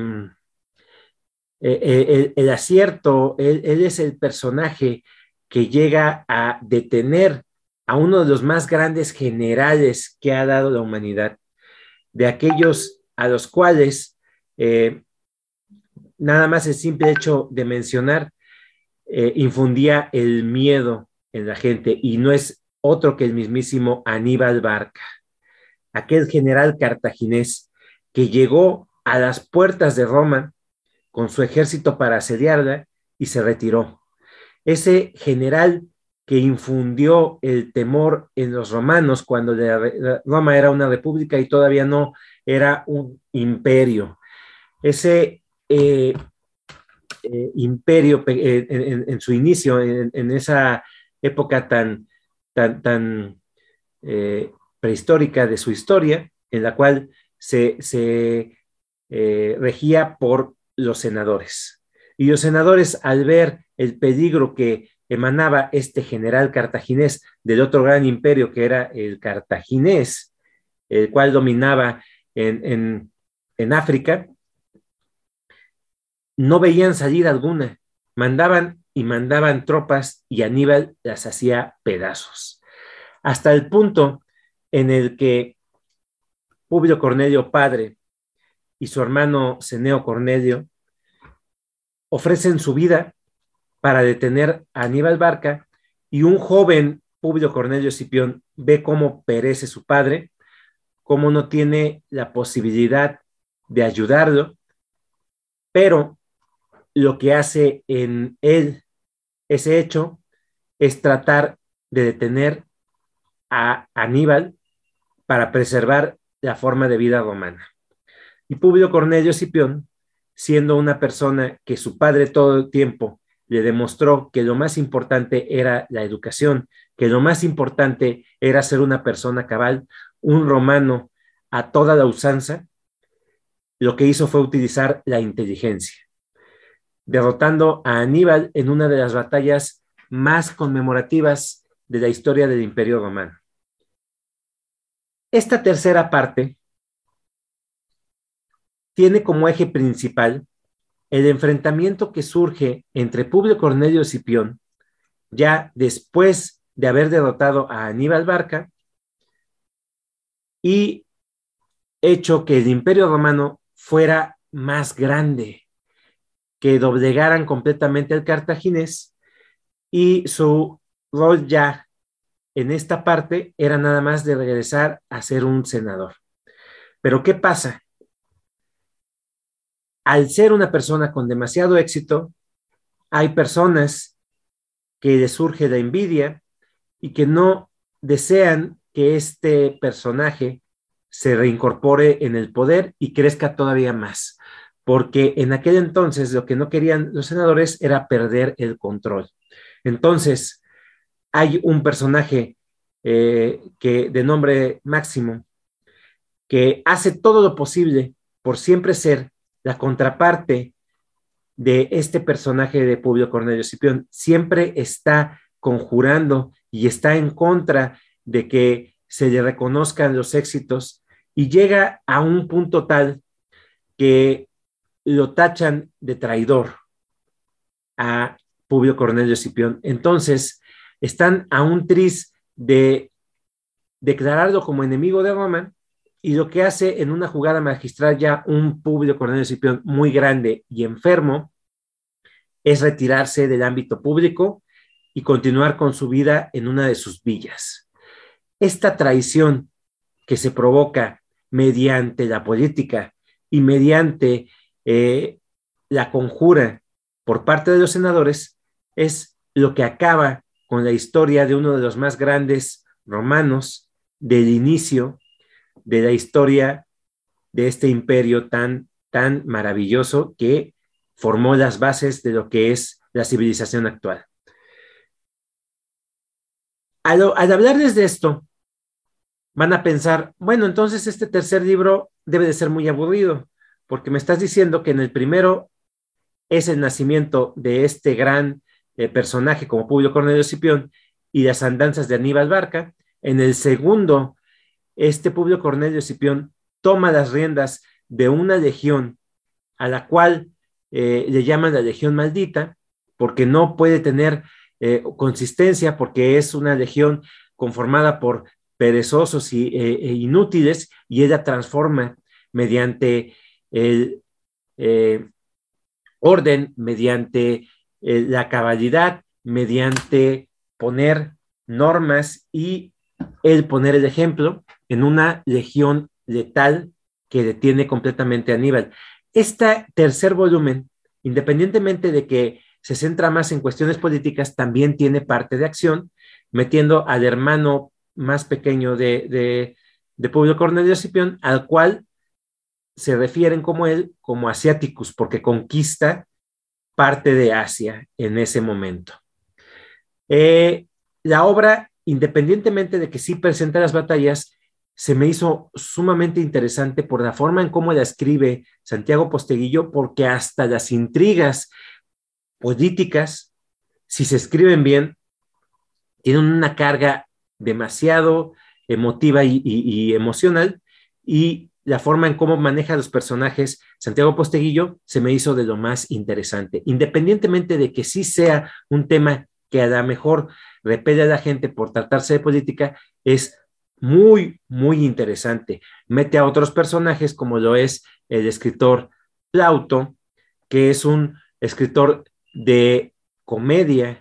el, el acierto, él, él es el personaje que llega a detener a uno de los más grandes generales que ha dado la humanidad, de aquellos a los cuales eh, nada más el simple hecho de mencionar eh, infundía el miedo en la gente, y no es otro que el mismísimo Aníbal Barca, aquel general cartaginés que llegó a las puertas de Roma con su ejército para asediarla y se retiró. Ese general que infundió el temor en los romanos cuando Roma era una república y todavía no era un imperio. Ese eh, eh, imperio eh, en, en, su inicio, en, en esa época tan, tan, tan eh, prehistórica de su historia, en la cual se, se eh, regía por los senadores. Y los senadores, al ver el peligro que emanaba este general cartaginés del otro gran imperio que era el cartaginés, el cual dominaba en, en, en África, no veían salida alguna, mandaban y mandaban tropas y Aníbal las hacía pedazos, hasta el punto en el que Publio Cornelio padre y su hermano Ceneo Cornelio ofrecen su vida para detener a Aníbal Barca, y un joven Publio Cornelio Escipión ve cómo perece su padre, cómo no tiene la posibilidad de ayudarlo, pero lo que hace en él ese hecho es tratar de detener a Aníbal para preservar la forma de vida romana. Y Publio Cornelio Escipión, siendo una persona que su padre todo el tiempo le demostró que lo más importante era la educación, que lo más importante era ser una persona cabal, un romano a toda la usanza, lo que hizo fue utilizar la inteligencia, derrotando a Aníbal en una de las batallas más conmemorativas de la historia del Imperio Romano. Esta tercera parte tiene como eje principal el enfrentamiento que surge entre Publio Cornelio Escipión, ya después de haber derrotado a Aníbal Barca, y hecho que el Imperio Romano fuera más grande, que doblegaran completamente al cartaginés, y su rol ya en esta parte era nada más de regresar a ser un senador. Pero ¿qué pasa? Al ser una persona con demasiado éxito, hay personas que les surge la envidia y que no desean que este personaje se reincorpore en el poder y crezca todavía más, porque en aquel entonces lo que no querían los senadores era perder el control. Entonces, hay un personaje eh, que, de nombre Máximo, que hace todo lo posible por siempre ser la contraparte de este personaje de Publio Cornelio Escipión. Siempre está conjurando y está en contra de que se le reconozcan los éxitos, y llega a un punto tal que lo tachan de traidor a Publio Cornelio Escipión. Entonces, están a un tris de declararlo como enemigo de Roma, y lo que hace en una jugada magistral ya un Publio Cornelio Escipión muy grande y enfermo es retirarse del ámbito público y continuar con su vida en una de sus villas. Esta traición que se provoca mediante la política y mediante eh, la conjura por parte de los senadores es lo que acaba con la historia de uno de los más grandes romanos del inicio de la historia de este imperio tan, tan maravilloso que formó las bases de lo que es la civilización actual. Al, al hablarles de esto, van a pensar, bueno, entonces este tercer libro debe de ser muy aburrido, porque me estás diciendo que en el primero es el nacimiento de este gran eh, personaje como Publio Cornelio Escipión y las andanzas de Aníbal Barca. En el segundo, este Publio Cornelio Escipión toma las riendas de una legión a la cual eh, le llaman la legión maldita, porque no puede tener eh, consistencia, porque es una legión conformada por perezosos y, eh, e inútiles, y ella transforma mediante el eh, orden, mediante eh, la cabalidad, mediante poner normas y el poner el ejemplo en una legión letal que detiene completamente a Aníbal. Este tercer volumen, independientemente de que se centra más en cuestiones políticas, también tiene parte de acción, metiendo al hermano más pequeño de, de, de Publio Cornelio Escipión, al cual se refieren como él, como Asiaticus, porque conquista parte de Asia en ese momento. Eh, la obra, independientemente de que sí presenta las batallas, se me hizo sumamente interesante por la forma en cómo la escribe Santiago Posteguillo, porque hasta las intrigas políticas, si se escriben bien, tienen una carga demasiado emotiva y, y, y emocional, y la forma en cómo maneja a los personajes Santiago Posteguillo se me hizo de lo más interesante, independientemente de que sí sea un tema que a lo mejor repele a la gente por tratarse de política, es muy, muy interesante. Mete a otros personajes como lo es el escritor Plauto, que es un escritor de comedia,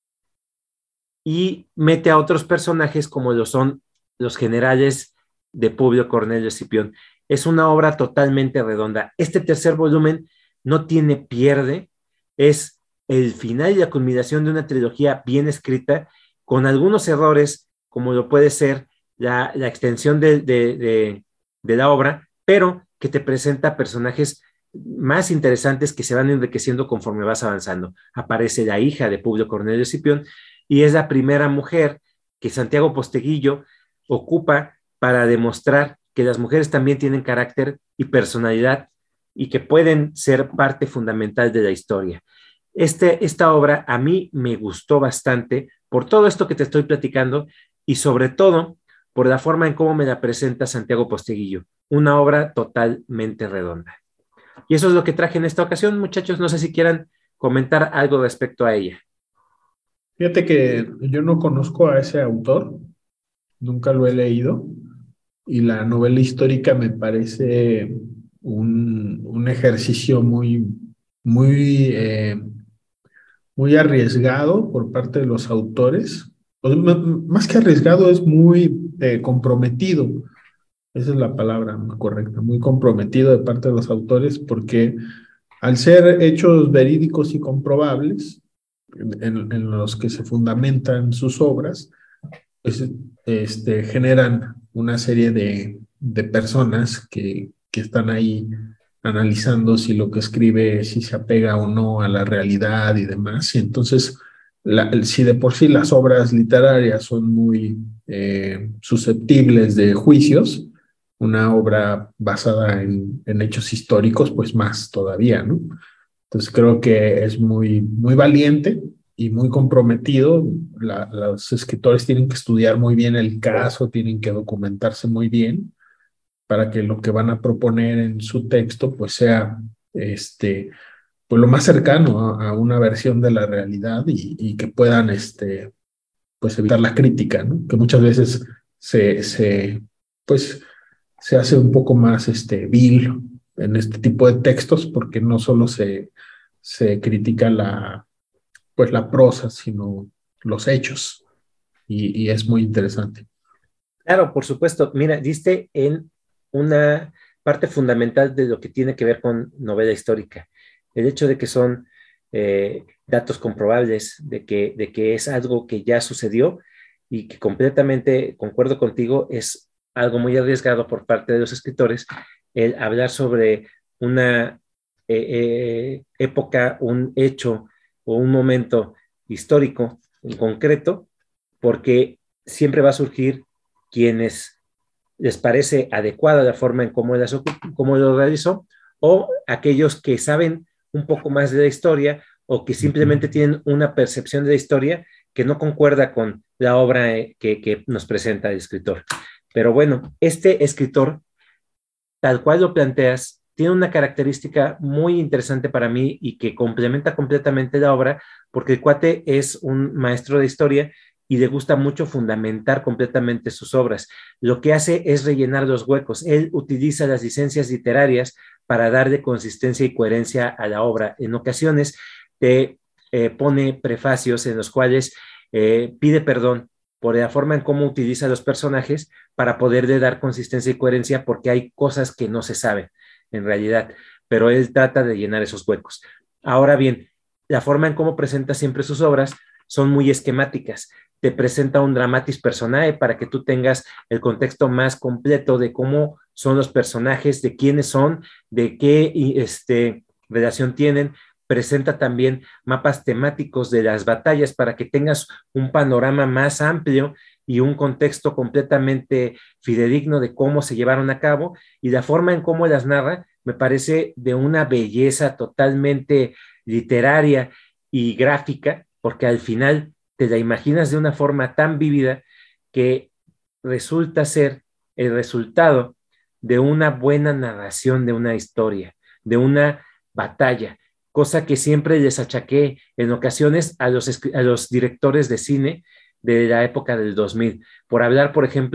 y mete a otros personajes como lo son los generales de Publio Cornelio Escipión. Es una obra totalmente redonda. Este tercer volumen no tiene pierde, es el final y la culminación de una trilogía bien escrita, con algunos errores, como lo puede ser la, la extensión de, de, de, de la obra, pero que te presenta personajes más interesantes que se van enriqueciendo conforme vas avanzando. Aparece la hija de Publio Cornelio Escipión, y es la primera mujer que Santiago Posteguillo ocupa para demostrar que las mujeres también tienen carácter y personalidad y que pueden ser parte fundamental de la historia. Este, esta obra a mí me gustó bastante por todo esto que te estoy platicando y sobre todo por la forma en cómo me la presenta Santiago Posteguillo, una obra totalmente redonda. Y eso es lo que traje en esta ocasión, muchachos. No sé si quieran comentar algo respecto a ella. Fíjate que yo no conozco a ese autor, nunca lo he leído, y la novela histórica me parece un, un ejercicio muy, muy, eh, muy arriesgado por parte de los autores. O sea, m- más que arriesgado, es muy eh, comprometido. Esa es la palabra correcta, muy comprometido de parte de los autores, porque al ser hechos verídicos y comprobables, en, en los que se fundamentan sus obras, pues este, generan una serie de, de personas que, que están ahí analizando si lo que escribe, si se apega o no a la realidad y demás. Y entonces, la, si de por sí las obras literarias son muy eh, susceptibles de juicios, una obra basada en, en hechos históricos, pues más todavía, ¿no? Entonces creo que es muy, muy valiente y muy comprometido. La, los escritores tienen que estudiar muy bien el caso, tienen que documentarse muy bien para que lo que van a proponer en su texto pues sea este, pues lo más cercano a, a una versión de la realidad y, y que puedan este, pues evitar la crítica, ¿no? Que muchas veces se, se, pues, se hace un poco más este, vil en este tipo de textos porque no solo se, se critica la, pues, la prosa, sino los hechos y, y es muy interesante. Claro, por supuesto. Mira, diste en una parte fundamental de lo que tiene que ver con novela histórica. El hecho de que son eh, datos comprobables, de que, de que es algo que ya sucedió y que completamente, concuerdo contigo, es algo muy arriesgado por parte de los escritores el hablar sobre una eh, eh, época, un hecho o un momento histórico en concreto, porque siempre va a surgir quienes les parece adecuada la forma en cómo, las, cómo lo realizó, o aquellos que saben un poco más de la historia o que simplemente tienen una percepción de la historia que no concuerda con la obra que, que nos presenta el escritor. Pero bueno, este escritor, tal cual lo planteas, tiene una característica muy interesante para mí y que complementa completamente la obra, porque el cuate es un maestro de historia y le gusta mucho fundamentar completamente sus obras. Lo que hace es rellenar los huecos. Él utiliza las licencias literarias para darle consistencia y coherencia a la obra. En ocasiones te eh, pone prefacios en los cuales eh, pide perdón por la forma en cómo utiliza los personajes para poderle dar consistencia y coherencia, porque hay cosas que no se saben en realidad, pero él trata de llenar esos huecos. Ahora bien, la forma en cómo presenta siempre sus obras son muy esquemáticas. Te presenta un dramatis personae para que tú tengas el contexto más completo de cómo son los personajes, de quiénes son, de qué este, relación tienen. Presenta también mapas temáticos de las batallas para que tengas un panorama más amplio y un contexto completamente fidedigno de cómo se llevaron a cabo, y la forma en cómo las narra me parece de una belleza totalmente literaria y gráfica, porque al final te la imaginas de una forma tan vívida que resulta ser el resultado de una buena narración de una historia, de una batalla, cosa que siempre les achaqué en ocasiones a los, a los directores de cine de la época del dos mil, por hablar, por ejemplo,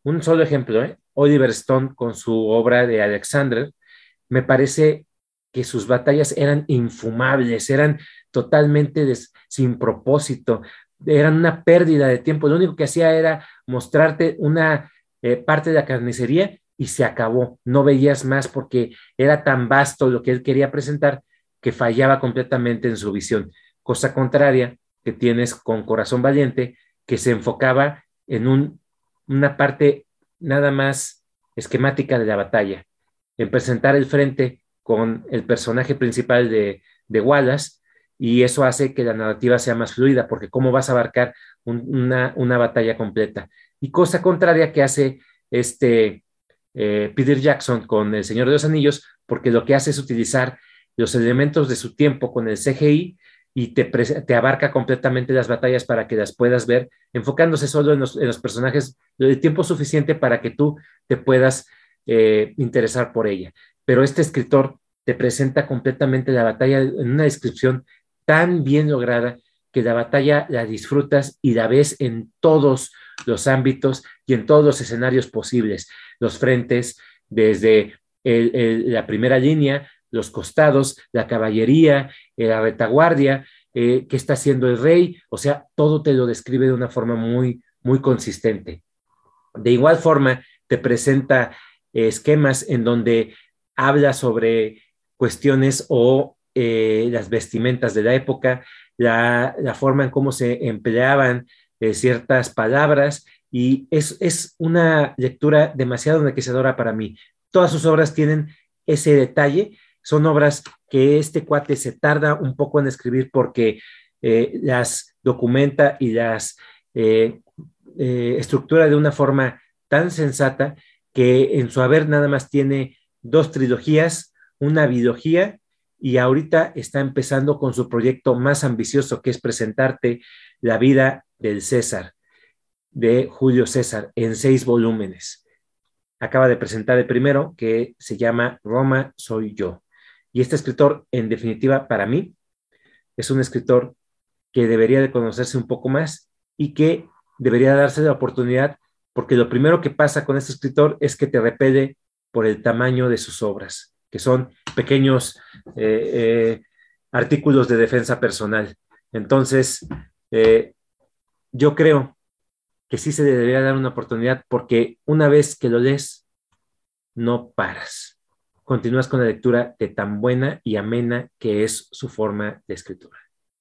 un solo ejemplo, ¿eh? Oliver Stone con su obra de Alexander, me parece que sus batallas eran infumables, eran totalmente des, sin propósito, eran una pérdida de tiempo. Lo único que hacía era mostrarte una eh, parte de la carnicería y se acabó. No veías más porque era tan vasto lo que él quería presentar que fallaba completamente en su visión. Cosa contraria que tienes con Corazón Valiente, que se enfocaba en un, una parte nada más esquemática de la batalla, en presentar el frente con el personaje principal de, de Wallace, y eso hace que la narrativa sea más fluida, porque cómo vas a abarcar un, una, una batalla completa. Y cosa contraria que hace este eh, Peter Jackson con El Señor de los Anillos, porque lo que hace es utilizar los elementos de su tiempo con el C G I y te, te abarca completamente las batallas para que las puedas ver, enfocándose solo en los, en los personajes el tiempo suficiente para que tú te puedas eh, interesar por ella. Pero este escritor te presenta completamente la batalla en una descripción tan bien lograda que la batalla la disfrutas y la ves en todos los ámbitos y en todos los escenarios posibles, los frentes desde el, el, la primera línea, los costados, la caballería, eh, la retaguardia, eh, qué está haciendo el rey, o sea, todo te lo describe de una forma muy, muy consistente. De igual forma, te presenta eh, esquemas en donde habla sobre cuestiones o eh, las vestimentas de la época, la, la forma en cómo se empleaban eh, ciertas palabras, y es, es una lectura demasiado enriquecedora para mí. Todas sus obras tienen ese detalle, son obras que este cuate se tarda un poco en escribir porque eh, las documenta y las eh, eh, estructura de una forma tan sensata que en su haber nada más tiene dos trilogías, una bilogía, y ahorita está empezando con su proyecto más ambicioso, que es presentarte la vida del César, de Julio César, en seis volúmenes. Acaba de presentar el primero, que se llama Roma soy yo. Y este escritor, en definitiva, para mí, es un escritor que debería de conocerse un poco más y que debería darse la oportunidad, porque lo primero que pasa con este escritor es que te repele por el tamaño de sus obras, que son pequeños eh, eh, artículos de defensa personal. Entonces, eh, yo creo que sí se le debería dar una oportunidad, porque una vez que lo lees, no paras. Continúas con la lectura de tan buena y amena que es su forma de escritura.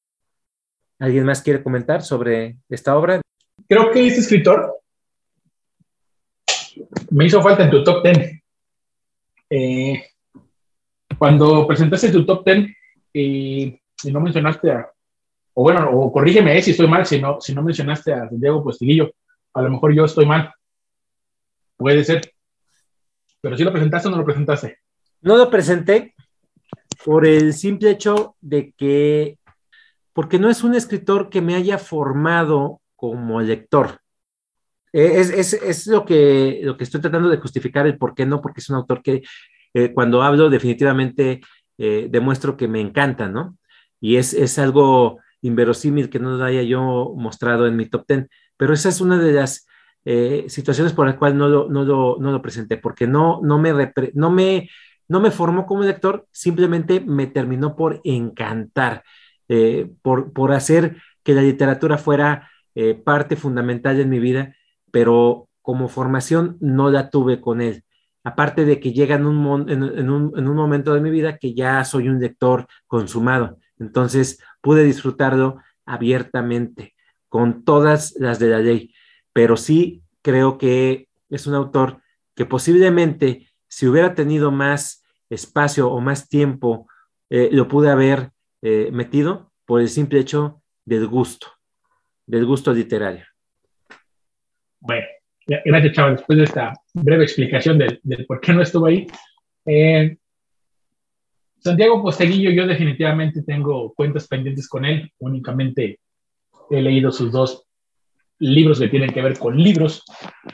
¿Alguien más quiere comentar sobre esta obra? Creo que este escritor me hizo falta en tu top ten. Eh, cuando presentaste tu top ten y, y no mencionaste a, o bueno, o corrígeme eh, si estoy mal, si no, si no mencionaste a Santiago Posteguillo, a lo mejor yo estoy mal. Puede ser. Pero si lo presentaste o no lo presentaste. No lo presenté por el simple hecho de que, porque no es un escritor que me haya formado como lector. Es, es, es lo, que, lo que estoy tratando de justificar el por qué no, porque es un autor que eh, cuando hablo definitivamente eh, demuestro que me encanta, ¿no? Y es, es algo inverosímil que no lo haya yo mostrado en mi top ten, pero esa es una de las eh, situaciones por las cuales no lo, no lo, no lo presenté, porque no, no, me repre, no, me, no me formó como lector, simplemente me terminó por encantar, eh, por, por hacer que la literatura fuera eh, parte fundamental en mi vida, pero como formación no la tuve con él. Aparte de que llega en un, en, en, un, en un momento de mi vida que ya soy un lector consumado, entonces pude disfrutarlo abiertamente, con todas las de la ley, pero sí creo que es un autor que posiblemente si hubiera tenido más espacio o más tiempo, eh, lo pude haber eh, metido por el simple hecho del gusto, del gusto literario. Bueno, gracias, Chava, después de esta breve explicación del, del por qué no estuvo ahí. Eh, Santiago Posteguillo, yo definitivamente tengo cuentas pendientes con él, únicamente he leído sus dos libros que tienen que ver con libros,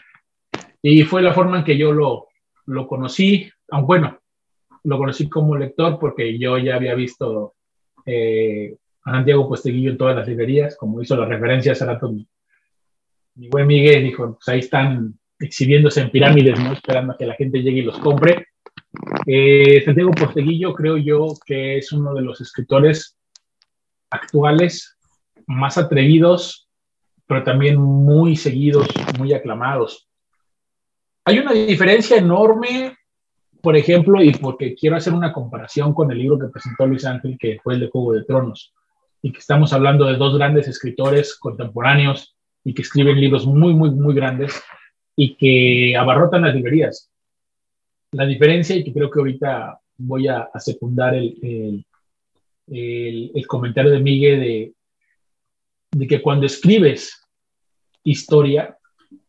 y fue la forma en que yo lo, lo conocí, aunque bueno, lo conocí como lector porque yo ya había visto eh, a Santiago Posteguillo en todas las librerías, como hizo las referencias hace rato mi, mi buen Miguel, dijo, pues ahí están exhibiéndose en pirámides, ¿no? Esperando a que la gente llegue y los compre. Eh, Santiago Posteguillo creo yo que es uno de los escritores actuales más atrevidos, pero también muy seguidos, muy aclamados. Hay una diferencia enorme, por ejemplo, y porque quiero hacer una comparación con el libro que presentó Luis Ángel, que fue el de Juego de Tronos, y que estamos hablando de dos grandes escritores contemporáneos y que escriben libros muy, muy, muy grandes y que abarrotan las librerías. La diferencia, y que creo que ahorita voy a, a secundar el, el, el, el comentario de Miguel, de, de que cuando escribes historia,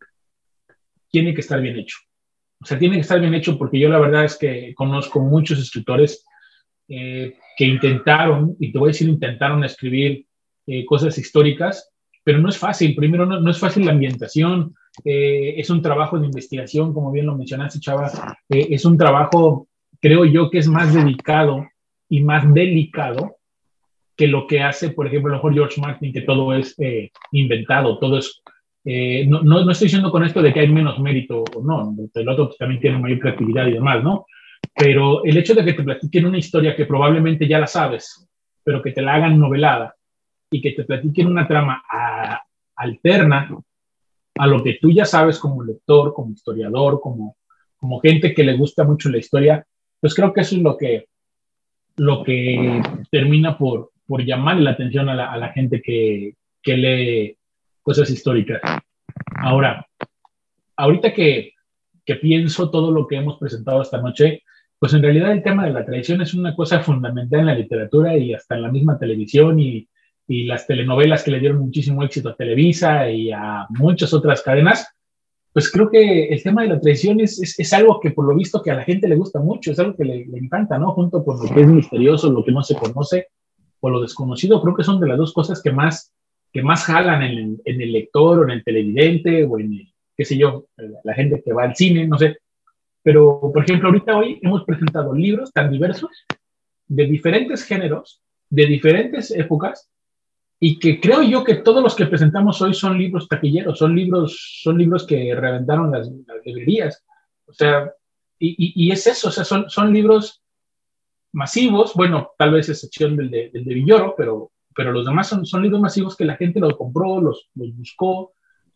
tiene que estar bien hecho. O sea, tiene que estar bien hecho porque yo la verdad es que conozco muchos escritores eh, que intentaron, y te voy a decir, intentaron escribir eh, cosas históricas, pero no es fácil. Primero, no, no es fácil la ambientación, eh, es un trabajo de investigación, como bien lo mencionaste, Chava, eh, es un trabajo, creo yo, que es más dedicado y más delicado que lo que hace, por ejemplo, a lo mejor George Martin, que todo es eh, inventado, todo es... Eh, no, no, no estoy diciendo con esto de que hay menos mérito o no, el otro también tiene mayor creatividad y demás, ¿no? Pero el hecho de que te platiquen una historia que probablemente ya la sabes, pero que te la hagan novelada y que te platiquen una trama a, alterna a lo que tú ya sabes como lector, como historiador, como, como gente que le gusta mucho la historia, pues creo que eso es lo que, lo que termina por, por llamarle la atención a la, a la gente que, que lee cosas históricas. Ahora, ahorita que, que pienso todo lo que hemos presentado esta noche, pues en realidad el tema de la tradición es una cosa fundamental en la literatura y hasta en la misma televisión y, y las telenovelas que le dieron muchísimo éxito a Televisa y a muchas otras cadenas, pues creo que el tema de la tradición es, es, es algo que por lo visto que a la gente le gusta mucho, es algo que le, le encanta, ¿no? Junto con lo que es misterioso, lo que no se conoce o lo desconocido, creo que son de las dos cosas que más, que más jalan en el, en el lector o en el televidente o en el, qué sé yo, la gente que va al cine, no sé. Pero, por ejemplo, ahorita hoy hemos presentado libros tan diversos, de diferentes géneros, de diferentes épocas, y que creo yo que todos los que presentamos hoy son libros taquilleros, son libros, son libros que reventaron las, las librerías. O sea, y, y, y es eso, o sea, son, son libros masivos, bueno, tal vez excepción del de, del de Villoro, pero, pero los demás son, son libros masivos que la gente los compró, los, los buscó,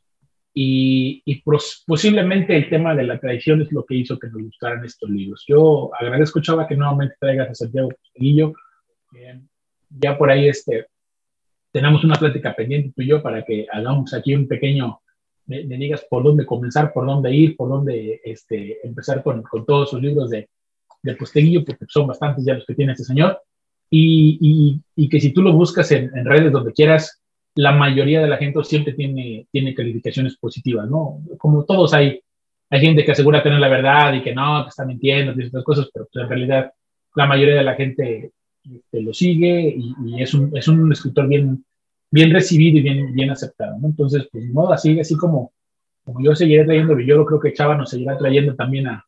y, y pros, posiblemente el tema de la tradición es lo que hizo que nos gustaran estos libros. Yo agradezco, Chava, que nuevamente traigas a Santiago Posteguillo. Eh, ya por ahí este, tenemos una plática pendiente tú y yo para que hagamos aquí un pequeño, me, me digas por dónde comenzar, por dónde ir, por dónde este, empezar con, con todos sus libros de, de Posteguillo, porque son bastantes ya los que tiene este señor, y, y, y que si tú lo buscas en, en redes donde quieras, la mayoría de la gente siempre tiene, tiene calificaciones positivas, ¿no? Como todos hay, hay gente que asegura tener la verdad y que no, que está mintiendo y estas cosas, pero pues, en realidad la mayoría de la gente este, lo sigue y, y es, un, es un escritor bien, bien recibido y bien, bien aceptado, ¿no? Entonces, pues no, así, así como, como yo seguiré trayendo Villoro, creo que Chava nos seguirá trayendo también a,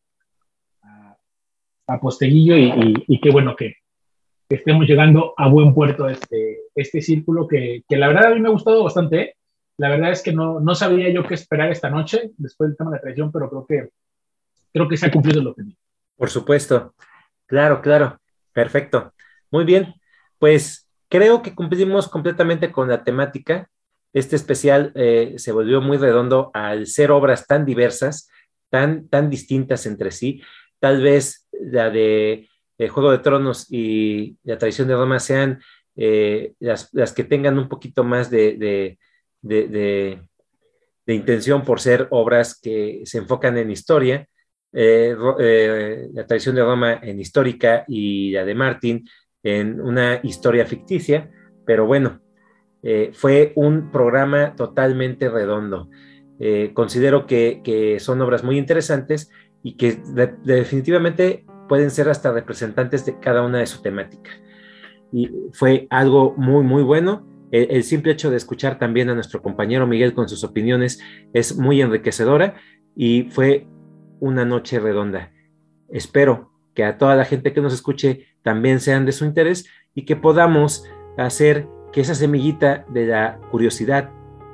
a, a Posteguillo y, y, y qué bueno que, que estemos llegando a buen puerto este, este círculo que, que la verdad a mí me ha gustado bastante, ¿eh? La verdad es que no, no sabía yo qué esperar esta noche después del tema de la tradición, pero creo que, creo que se ha cumplido el objetivo. Por supuesto, claro, claro, perfecto. Muy bien, pues creo que cumplimos completamente con la temática. Este especial eh, se volvió muy redondo al ser obras tan diversas, tan, tan distintas entre sí. Tal vez la de el Juego de Tronos y la tradición de Roma sean eh, las, las que tengan un poquito más de, de, de, de, de intención por ser obras que se enfocan en historia, eh, eh, la tradición de Roma en histórica y la de Martin en una historia ficticia, pero bueno, eh, fue un programa totalmente redondo. Eh, considero que, que son obras muy interesantes y que de, de definitivamente pueden ser hasta representantes de cada una de su temática. Y fue algo muy, muy bueno. El, el simple hecho de escuchar también a nuestro compañero Miguel con sus opiniones es muy enriquecedora y fue una noche redonda. Espero que a toda la gente que nos escuche también sean de su interés y que podamos hacer que esa semillita de la curiosidad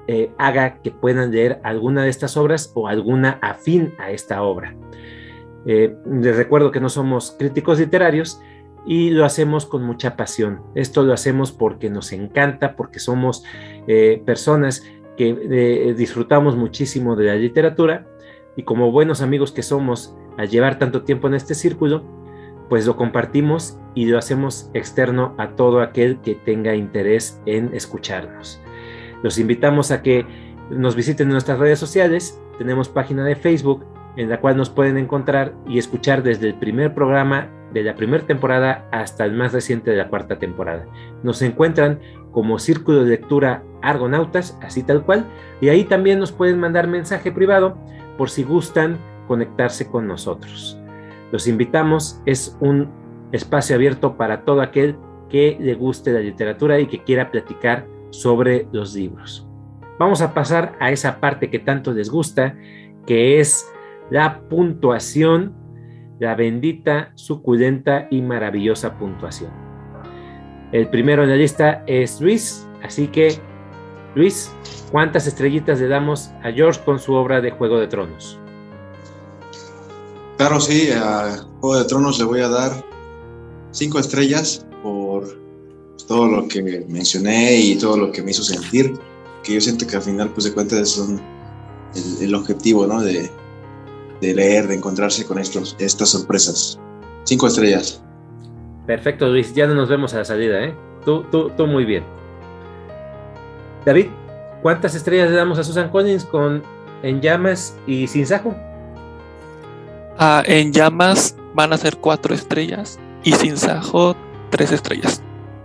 eh, haga que puedan leer alguna de estas obras o alguna afín a esta obra. Eh, les recuerdo que no somos críticos literarios y lo hacemos con mucha pasión. Esto lo hacemos porque nos encanta, porque somos eh, personas que eh, disfrutamos muchísimo de la literatura, y como buenos amigos que somos, al llevar tanto tiempo en este círculo, pues lo compartimos y lo hacemos externo a todo aquel que tenga interés en escucharnos. Los invitamos a que nos visiten en nuestras redes sociales. Tenemos página de Facebook en la cual nos pueden encontrar y escuchar desde el primer programa de la primera temporada hasta el más reciente de la cuarta temporada. Nos encuentran como Círculo de Lectura Argonautas, así tal cual, y ahí también nos pueden mandar mensaje privado por si gustan conectarse con nosotros. Los invitamos, es un espacio abierto para todo aquel que le guste la literatura y que quiera platicar sobre los libros. Vamos a pasar a esa parte que tanto les gusta, que es la puntuación, la bendita, suculenta y maravillosa puntuación. El primero en la lista es Luis, así que, Luis, ¿cuántas estrellitas le damos a George con su obra de Juego de Tronos? Claro, sí, a Juego de Tronos le voy a dar cinco estrellas por todo lo que mencioné y todo lo que me hizo sentir, que yo siento que al final, pues de cuentas, son el, el objetivo, ¿no? De, de leer, de encontrarse con estos, estas sorpresas. Cinco estrellas. Perfecto, Luis, ya no nos vemos a la salida, ¿eh? Tú, tú, tú muy bien. David, ¿cuántas estrellas le damos a Susan Collins con En Llamas y Sin Sajo? Uh, en Llamas van a ser cuatro estrellas y Sin Sajo tres estrellas.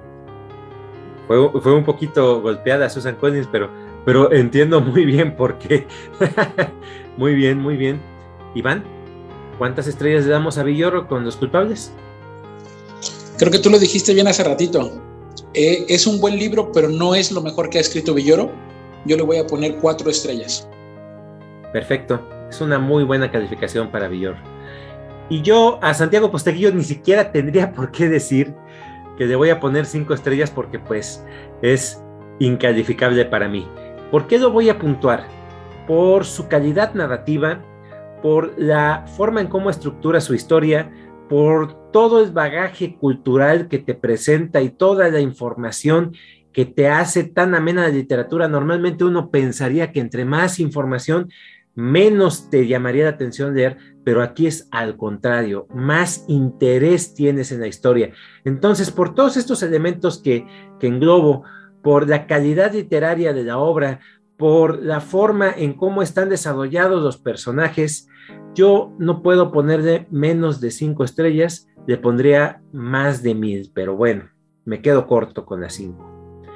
Fue, fue un poquito golpeada Susan Collins, pero, pero entiendo muy bien por qué. Muy bien, muy bien. Iván, ¿cuántas estrellas le damos a Villoro con Los Culpables? Creo que tú lo dijiste bien hace ratito. Eh, es un buen libro, pero no es lo mejor que ha escrito Villoro. Yo le voy a poner cuatro estrellas. Perfecto. Es una muy buena calificación para Villoro. Y yo a Santiago Posteguillo ni siquiera tendría por qué decir que le voy a poner cinco estrellas porque pues es incalificable para mí. ¿Por qué lo voy a puntuar? Por su calidad narrativa, por la forma en cómo estructura su historia, por todo el bagaje cultural que te presenta y toda la información que te hace tan amena la literatura. Normalmente uno pensaría que entre más información, menos te llamaría la atención leer, pero aquí es al contrario, más interés tienes en la historia. Entonces, por todos estos elementos que, que englobo, por la calidad literaria de la obra, por la forma en cómo están desarrollados los personajes, yo no puedo ponerle menos de cinco estrellas, le pondría más de mil, pero bueno, me quedo corto con las cinco.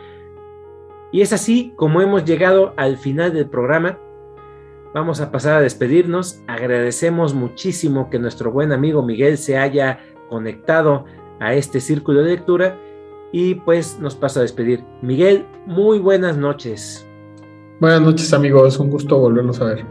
Y es así como hemos llegado al final del programa. Vamos a pasar a despedirnos. Agradecemos muchísimo que nuestro buen amigo Miguel se haya conectado a este círculo de lectura y pues nos pasa a despedir. Miguel, muy buenas noches. Buenas noches, amigos. Un gusto volverlos a ver.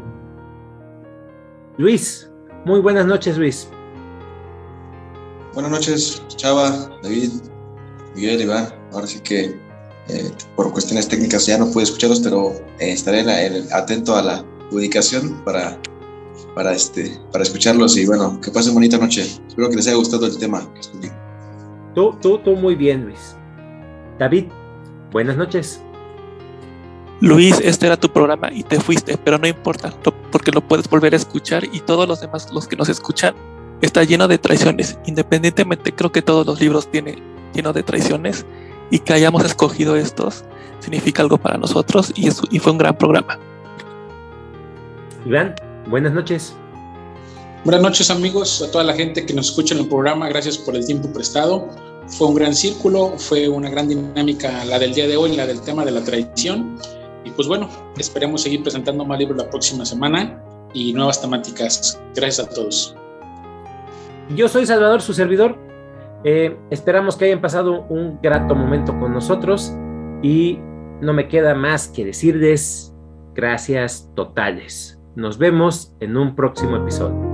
Luis, muy buenas noches, Luis. Buenas noches, Chava, David, Miguel, Iván. Ahora sí que eh, por cuestiones técnicas ya no pude escucharlos, pero eh, estaré en la, en, atento a la ubicación para, para, este, para escucharlos y bueno, que pasen bonita noche. Espero que les haya gustado el tema que escogí. Tú, tú, tú muy bien, Luis. David, buenas noches. Luis, este era tu programa y te fuiste, pero no importa, porque lo puedes volver a escuchar y todos los demás, los que nos escuchan, está lleno de traiciones. Independientemente, creo que todos los libros tienen lleno de traiciones y que hayamos escogido estos significa algo para nosotros y, es, y fue un gran programa. Iván, buenas noches. Buenas noches, amigos, a toda la gente que nos escucha en el programa. Gracias por el tiempo prestado. Fue un gran círculo, fue una gran dinámica la del día de hoy, la del tema de la traición. Y pues bueno, esperemos seguir presentando más libros la próxima semana y nuevas temáticas. Gracias a todos. Yo soy Salvador, su servidor. Eh, esperamos que hayan pasado un grato momento con nosotros y no me queda más que decirles gracias totales. Nos vemos en un próximo episodio.